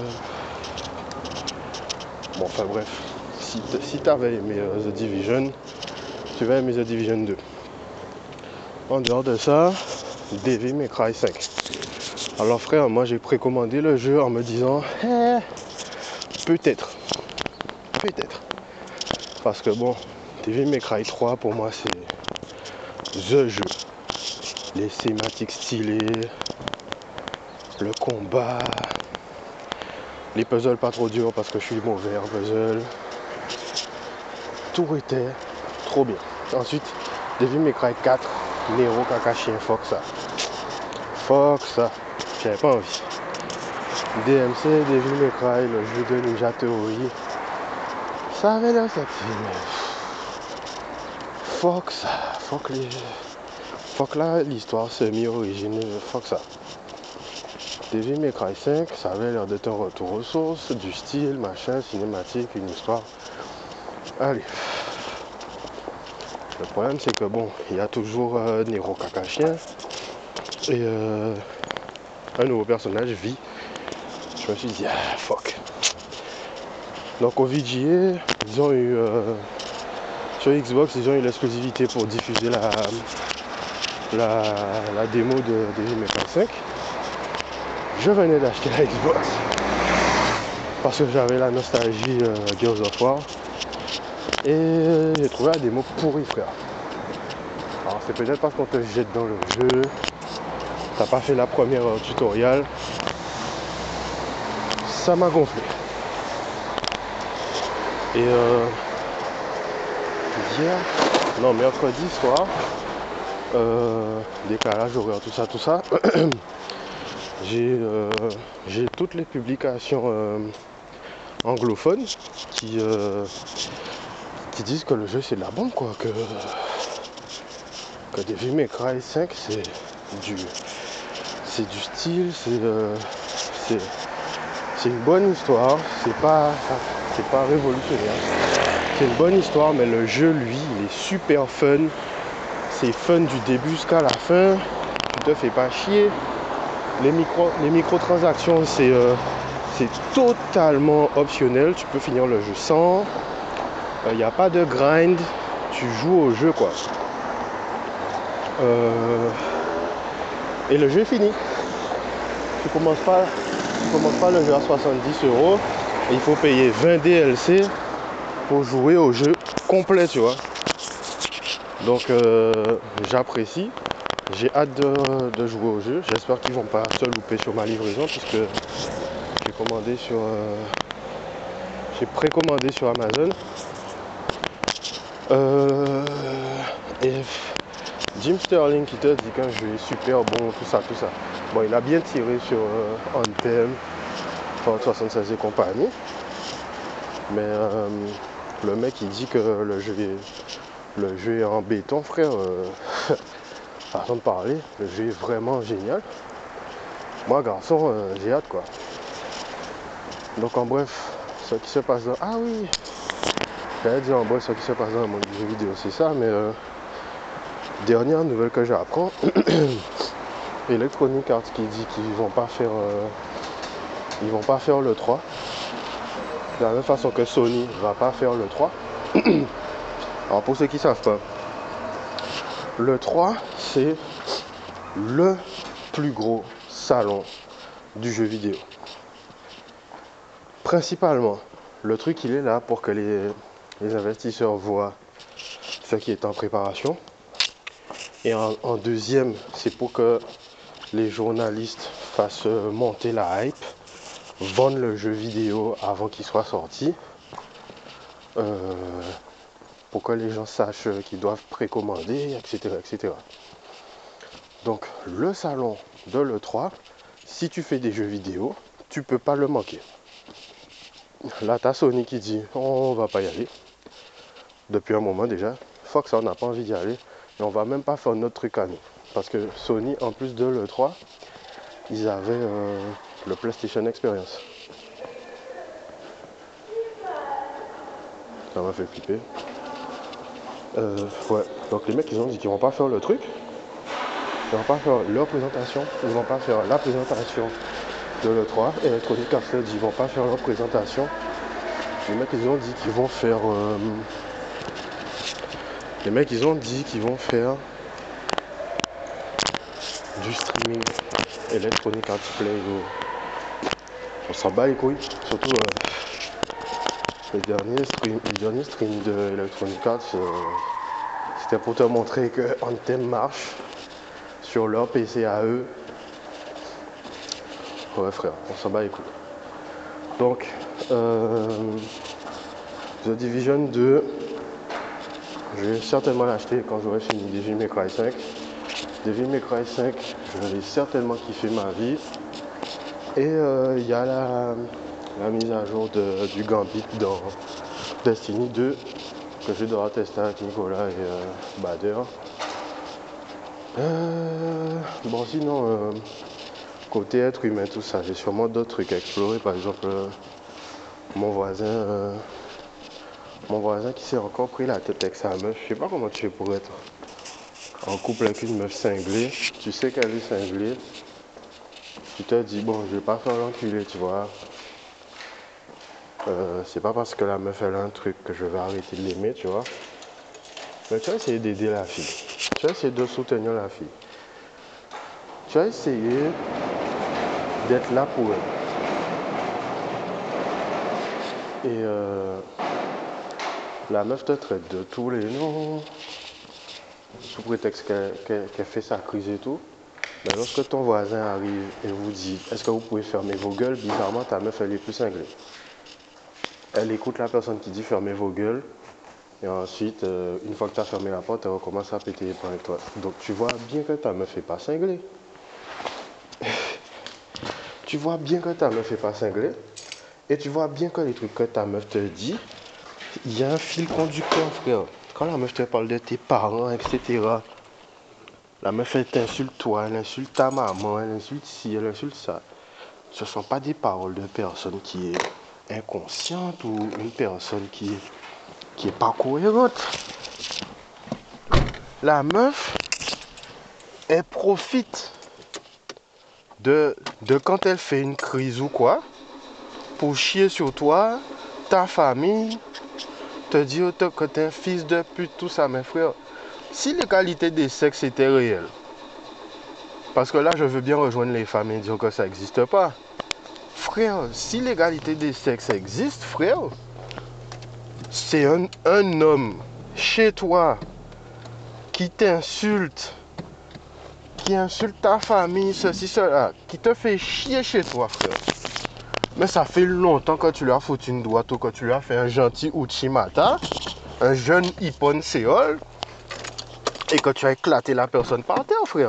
Bon, enfin bref, si, si t'avais aimé euh, The Division, tu vas aimer The Division deux. En dehors de ça, Devil May Cry cinq. Alors frère, moi j'ai précommandé le jeu en me disant eh, peut-être, peut-être. Parce que bon, Devil May Cry trois pour moi c'est the jeu. Les cinématiques stylées, le combat, les puzzles pas trop durs parce que je suis mauvais en puzzle. Tout était trop bien. Ensuite, Devil May Cry quatre, Nero Kakashien, fuck ça. Fuck ça. J'avais pas envie. D M C, Devil May Cry, le jeu de Ninja Theory. Ça avait l'air sexy, mais fuck ça. Fuck les. Fuck là, l'histoire semi-origine. Fuck ça. Devil May Cry cinq, ça avait l'air d'être un retour aux sources, du style, machin, cinématique, une histoire. Allez. Le problème, c'est que bon, il y a toujours euh, Nero Kakashien et euh, un nouveau personnage, V. Je me suis dit, ah, fuck. Donc au V G A, ils ont eu, euh, sur Xbox, ils ont eu l'exclusivité pour diffuser la, la, la démo de Devil May Cry cinq. Je venais d'acheter la Xbox parce que j'avais la nostalgie euh, Gears of War et j'ai trouvé la démo pourrie, frère. Alors c'est peut-être parce qu'on te jette dans le jeu, t'as pas fait la première euh, tutoriel, ça m'a gonflé. Et euh, hier, non mercredi soir, euh, décalage horaire, tout ça, tout ça, j'ai euh, j'ai toutes les publications euh, anglophones qui, euh, qui disent que le jeu c'est de la bombe, quoi, que, que Devil May Cry cinq c'est du, c'est du style, c'est euh, c'est c'est une bonne histoire, c'est pas, c'est pas révolutionnaire. C'est une bonne histoire, mais le jeu, lui, il est super fun. C'est fun du début jusqu'à la fin. Tu te fais pas chier. Les, micro, les microtransactions, c'est euh, c'est totalement optionnel. Tu peux finir le jeu sans. Il n'y a pas de grind. Tu joues au jeu, quoi. Euh, et le jeu est fini. Tu commences pas, tu commences pas le jeu à soixante-dix euros. Et il faut payer vingt D L C pour jouer au jeu complet, tu vois. Donc euh, j'apprécie, j'ai hâte de, de jouer au jeu. J'espère qu'ils vont pas se louper sur ma livraison puisque j'ai commandé sur euh, j'ai précommandé sur Amazon. Euh, et Jim Sterling qui te dit qu'un jeu est super bon, tout ça, tout ça. Bon, il a bien tiré sur euh, Anthem, Fallout soixante-seize et compagnie. Mais euh, le mec il dit que le jeu est, le jeu est en béton, frère. Euh, façon de parler, le jeu est vraiment génial. Moi, garçon, euh, j'ai hâte, quoi. Donc en bref, ce qui se passe dans... Ah oui, j'allais dire en bref, ce qui se passe dans le monde du jeu vidéo, c'est ça, mais euh, dernière nouvelle que j'apprends, Electronic Arts qui dit qu'ils vont pas faire euh, ils vont pas faire le trois. De la même façon que Sony va pas faire le trois. Alors pour ceux qui savent pas, le trois c'est le plus gros salon du jeu vidéo. Principalement, le truc il est là pour que les, les investisseurs voient ce qui est en préparation. Et en, en deuxième, c'est pour que les journalistes fassent monter la hype, vendent le jeu vidéo avant qu'il soit sorti, euh, pour que les gens sachent qu'ils doivent précommander, et cetera, et cetera. Donc le salon de l'E trois, si tu fais des jeux vidéo, tu peux pas le manquer. Là, t'as Sony qui dit on va pas y aller. Depuis un moment déjà. Fox, on n'a pas envie d'y aller. Et on va même pas faire notre truc à nous. Parce que Sony, en plus de l'E trois, ils avaient euh, le PlayStation Experience. Ça m'a fait flipper. Euh, ouais. Donc les mecs, ils ont dit qu'ils vont pas faire le truc. Ils vont pas faire leur présentation. Ils vont pas faire la présentation de l'E trois. Et Electronic Arts dit qu'ils vont pas faire leur présentation. Les mecs, ils ont dit qu'ils vont faire... Euh, les mecs, ils ont dit qu'ils vont faire du streaming Electronic Arts Play. On s'en bat les couilles. Surtout euh, les derniers streams les derniers streams de Electronic Arts, euh, c'était pour te montrer que Anthem marche sur leur P C à eux. Ouais frère, on s'en bat les couilles. Donc euh, The Division deux, je vais certainement l'acheter quand j'aurai fini Devil May Cry cinq. Devil May Cry cinq, je vais certainement kiffer ma vie. Et il euh, y a la, la mise à jour de, du Gambit dans Destiny deux que je devrais tester avec Nicolas et euh, Bader. Euh, bon sinon, euh, côté être humain, tout ça, j'ai sûrement d'autres trucs à explorer. Par exemple, euh, mon voisin, euh, mon voisin qui s'est encore pris la tête avec sa meuf. Je sais pas comment tu fais pour être en couple avec une meuf cinglée. Tu sais qu'elle est cinglée. Tu te dis, bon, je vais pas faire l'enculé, tu vois. Euh, c'est pas parce que la meuf elle a un truc que je vais arrêter de l'aimer, tu vois. Mais tu vas essayer d'aider la fille. Tu vas essayer de soutenir la fille. Tu vas essayer d'être là pour elle. Et euh, la meuf te traite de tous les noms, sous prétexte qu'elle qu'elle, qu'elle fait sa crise et tout. Mais lorsque ton voisin arrive et vous dit, est-ce que vous pouvez fermer vos gueules, bizarrement ta meuf elle est plus cinglée. Elle écoute la personne qui dit fermez vos gueules. Et ensuite, euh, une fois que tu as fermé la porte, elle recommence à péter les plombs avec toi. Donc tu vois bien que ta meuf n'est pas cinglée. Tu vois bien que ta meuf n'est pas cinglée. Et tu vois bien que les trucs que ta meuf te dit, il y a un fil conducteur, frère. Quand la meuf te parle de tes parents, et cetera. La meuf, elle t'insulte toi, elle insulte ta maman, elle insulte ci, elle insulte ça. Ce ne sont pas des paroles de personne qui est inconsciente ou une personne qui est, qui est pas cohérente. La meuf, elle profite de, de quand elle fait une crise ou quoi, pour chier sur toi, ta famille, te dire que t'es un fils de pute, tout ça, mes frères. Si l'égalité des sexes était réelle, parce que là, je veux bien rejoindre les femmes et dire que ça n'existe pas. Frère, si l'égalité des sexes existe, frère, c'est un, un homme chez toi qui t'insulte, qui insulte ta famille, ceci, cela, qui te fait chier chez toi, frère. Mais ça fait longtemps que tu lui as foutu une droite ou que tu lui as fait un gentil Uchimata, un jeune Ippon Séol, et que tu as éclaté la personne par terre, frère.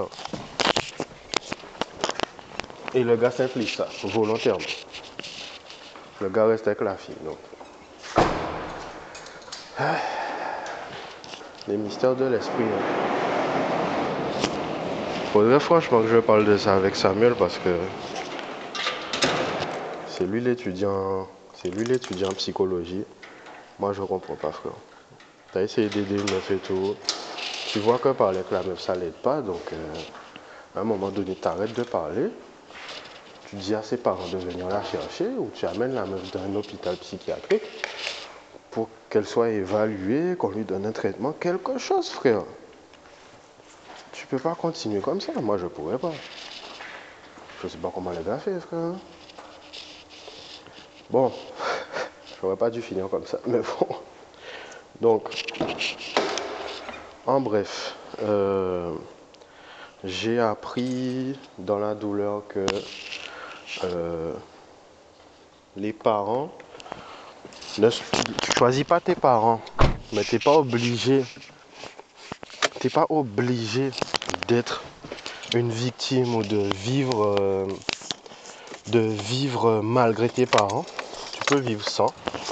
Et le gars s'implique ça, volontairement. Le gars reste avec la fille, donc. Les mystères de l'esprit. Hein. Faudrait franchement que je parle de ça avec Samuel parce que c'est lui l'étudiant, c'est lui l'étudiant en psychologie. Moi je comprends pas, frère. T'as essayé d'aider une meuf et tout. Tu vois que parler avec la meuf ça l'aide pas, donc euh, à un moment donné t'arrêtes de parler. Tu dis à ses parents de venir la chercher ou tu amènes la meuf dans un hôpital psychiatrique pour qu'elle soit évaluée, qu'on lui donne un traitement, quelque chose, frère. Tu peux pas continuer comme ça, moi je pourrais pas. Je sais pas comment le gars fait, frère. Bon, j'aurais pas dû finir comme ça, mais bon. Donc, en bref, euh, j'ai appris dans la douleur que euh, les parents, ne, tu choisis pas tes parents, mais t'es pas obligé, t'es pas obligé d'être une victime ou de vivre, euh, de vivre malgré tes parents. Tu peux vivre sans.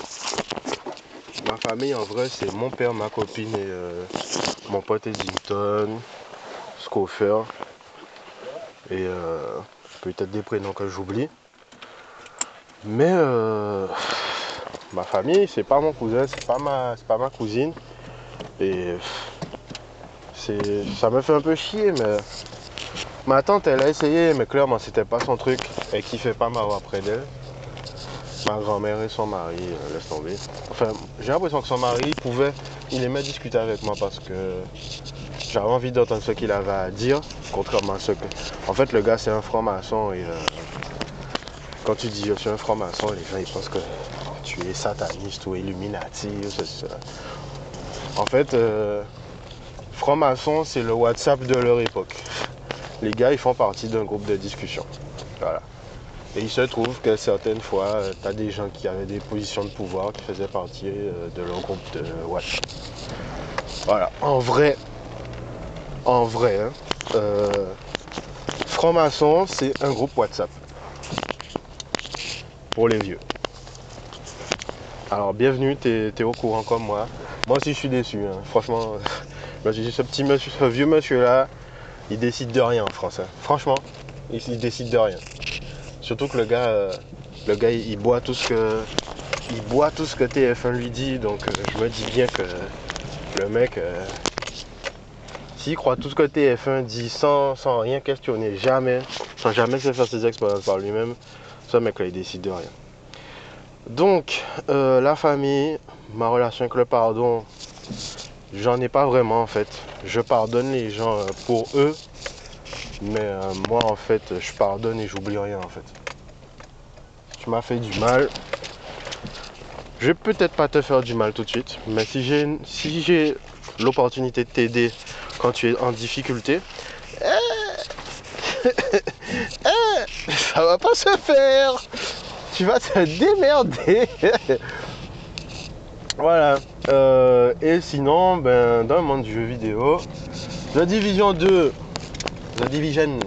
Ma famille en vrai c'est mon père, ma copine et euh, mon pote Eddington, Scoffer et euh, peut-être des prénoms que j'oublie. Mais euh, ma famille c'est pas mon cousin, c'est pas ma, c'est pas ma cousine et c'est, ça me fait un peu chier. Mais ma tante elle a essayé, mais clairement c'était pas son truc. Elle kiffait pas m'avoir près d'elle. Ma grand-mère et son mari, euh, laisse tomber. Enfin, j'ai l'impression que son mari pouvait, il aimait discuter avec moi parce que j'avais envie d'entendre ce qu'il avait à dire, contrairement à ce que... En fait, le gars, c'est un franc-maçon et euh, quand tu dis je suis un franc-maçon, les gens, ils pensent que tu es sataniste ou illuminati ou ceci, cela. En fait, euh, franc-maçon, c'est le WhatsApp de leur époque. Les gars, ils font partie d'un groupe de discussion. Voilà. Et il se trouve que certaines fois, euh, tu as des gens qui avaient des positions de pouvoir qui faisaient partie euh, de leur groupe de WhatsApp. Voilà. En vrai, en vrai, hein, euh, franc-maçon, c'est un groupe WhatsApp. Pour les vieux. Alors, bienvenue, t'es, t'es au courant comme moi. Moi aussi, je suis déçu. Hein. Franchement, je me suis dit, ce petit monsieur, ce vieux monsieur-là, il décide de rien en France. Hein. Franchement, il, il décide de rien. Surtout que le gars, euh, le gars il, il boit tout ce que il boit tout ce que T F un lui dit, donc euh, je me dis bien que le mec, euh, s'il croit tout ce que T F un dit sans, sans rien questionner, jamais, sans jamais se faire ses expériences par lui-même, ce mec-là il décide de rien. Donc, euh, la famille, ma relation avec le pardon, j'en ai pas vraiment en fait. Je pardonne les gens pour eux, mais euh, moi en fait, je pardonne et j'oublie rien en fait. Tu m'as fait du mal, je vais peut-être pas te faire du mal tout de suite, mais si j'ai si j'ai l'opportunité de t'aider quand tu es en difficulté, ça va pas se faire. Tu vas te démerder. Voilà. Euh, et sinon, ben, dans le monde du jeu vidéo, The Division deux, The Division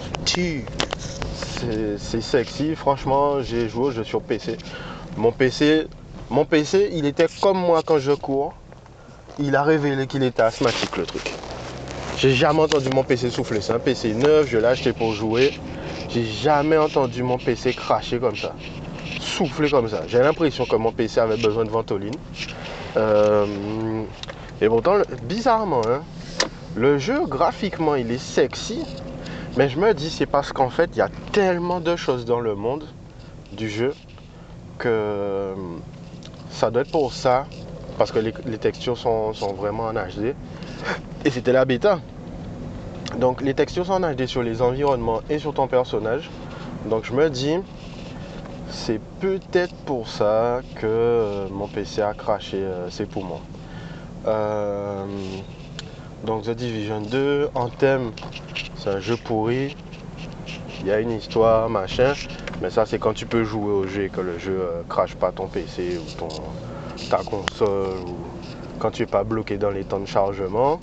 deux, c'est sexy. Franchement, j'ai joué au jeu sur P C. Mon P C, mon P C, il était comme moi quand je cours. Il a révélé qu'il était asthmatique, le truc. J'ai jamais entendu mon P C souffler. C'est un P C neuf, je l'ai acheté pour jouer. J'ai jamais entendu mon P C cracher comme ça, souffler comme ça. J'ai l'impression que mon P C avait besoin de ventoline. Euh, et pourtant, bizarrement, hein, le jeu, graphiquement, il est sexy. Mais je me dis, c'est parce qu'en fait, il y a tellement de choses dans le monde du jeu que ça doit être pour ça. Parce que les, les textures sont, sont vraiment en H D. Et c'était la bêta. Donc les textures sont en H D sur les environnements et sur ton personnage. Donc je me dis, c'est peut-être pour ça que euh, mon P C a craché euh, ses poumons. Euh, donc The Division deux, en thème, c'est un jeu pourri. Il y a une histoire, machin. Mais ça, c'est quand tu peux jouer au jeu et que le jeu euh, crache pas ton P C ou ton, ta console, ou quand tu es pas bloqué dans les temps de chargement.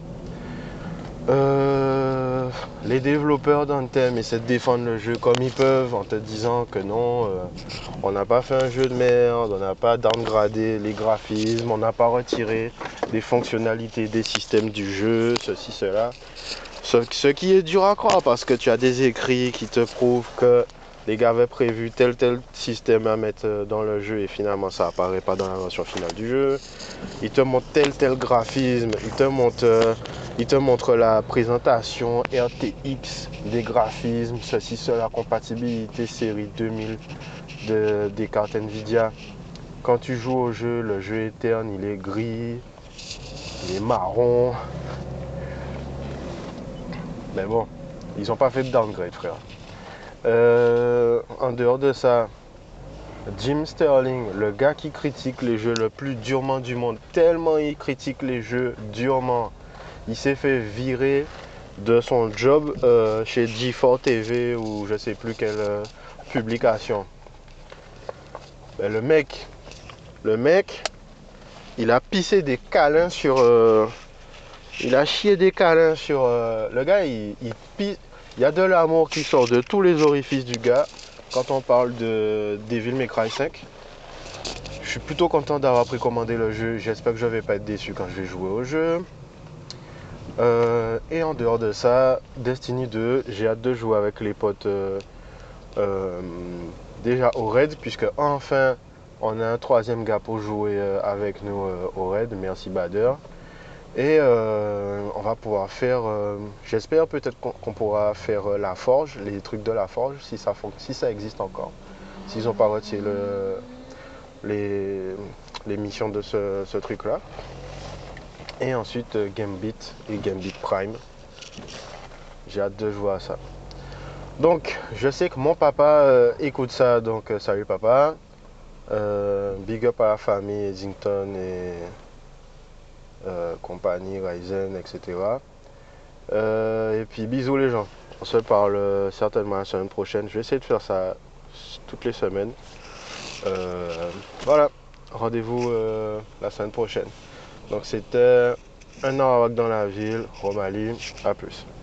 Euh, les développeurs d'Anthem essaient de défendre le jeu comme ils peuvent en te disant que non, euh, on n'a pas fait un jeu de merde, on n'a pas downgradé les graphismes, on n'a pas retiré des fonctionnalités des systèmes du jeu, ceci, cela. Ce, ce qui est dur à croire parce que tu as des écrits qui te prouvent que les gars avaient prévu tel tel système à mettre dans le jeu et finalement ça apparaît pas dans la version finale du jeu. Ils te montrent tel tel graphisme, ils te montrent, euh, ils te montrent la présentation R T X des graphismes, ceci, cela, compatibilité série deux mille de, des cartes Nvidia. Quand tu joues au jeu, le jeu est terne, il est gris, il est marron. Mais bon, ils n'ont pas fait de downgrade, frère. Euh, en dehors de ça, Jim Sterling, le gars qui critique les jeux le plus durement du monde, tellement il critique les jeux durement, il s'est fait virer de son job euh, chez G quatre T V ou je sais plus quelle euh, publication. Ben, le mec, le mec, il a pissé des câlins sur, euh, il a chié des câlins sur euh, le gars. Il, il pisse, il y a de l'amour qui sort de tous les orifices du gars. Quand on parle de Devil May Cry cinq, je suis plutôt content d'avoir précommandé le jeu. J'espère que je ne vais pas être déçu quand je vais jouer au jeu. Euh, et en dehors de ça, Destiny deux, j'ai hâte de jouer avec les potes euh, euh, déjà au raid, puisque enfin on a un troisième gars pour jouer euh, avec nous euh, au raid. Merci Bader. Et euh, on va pouvoir faire, euh, j'espère peut-être qu'on qu'on pourra faire euh, la forge, les trucs de la forge, si ça, si ça existe encore. S'ils n'ont pas retiré le, les, les missions de ce, ce truc-là. Et ensuite euh, Gambit et Gambit Prime. J'ai hâte de jouer à ça. Donc, je sais que mon papa euh, écoute ça, donc euh, salut papa. Euh, big up à la famille Eddington et... Euh, compagnie, Ryzen, et cetera. Euh, et puis bisous les gens. On se parle euh, certainement la semaine prochaine. Je vais essayer de faire ça toutes les semaines. Euh, voilà. Rendez-vous euh, la semaine prochaine. Donc c'était un an dans la ville. Romalie. À plus.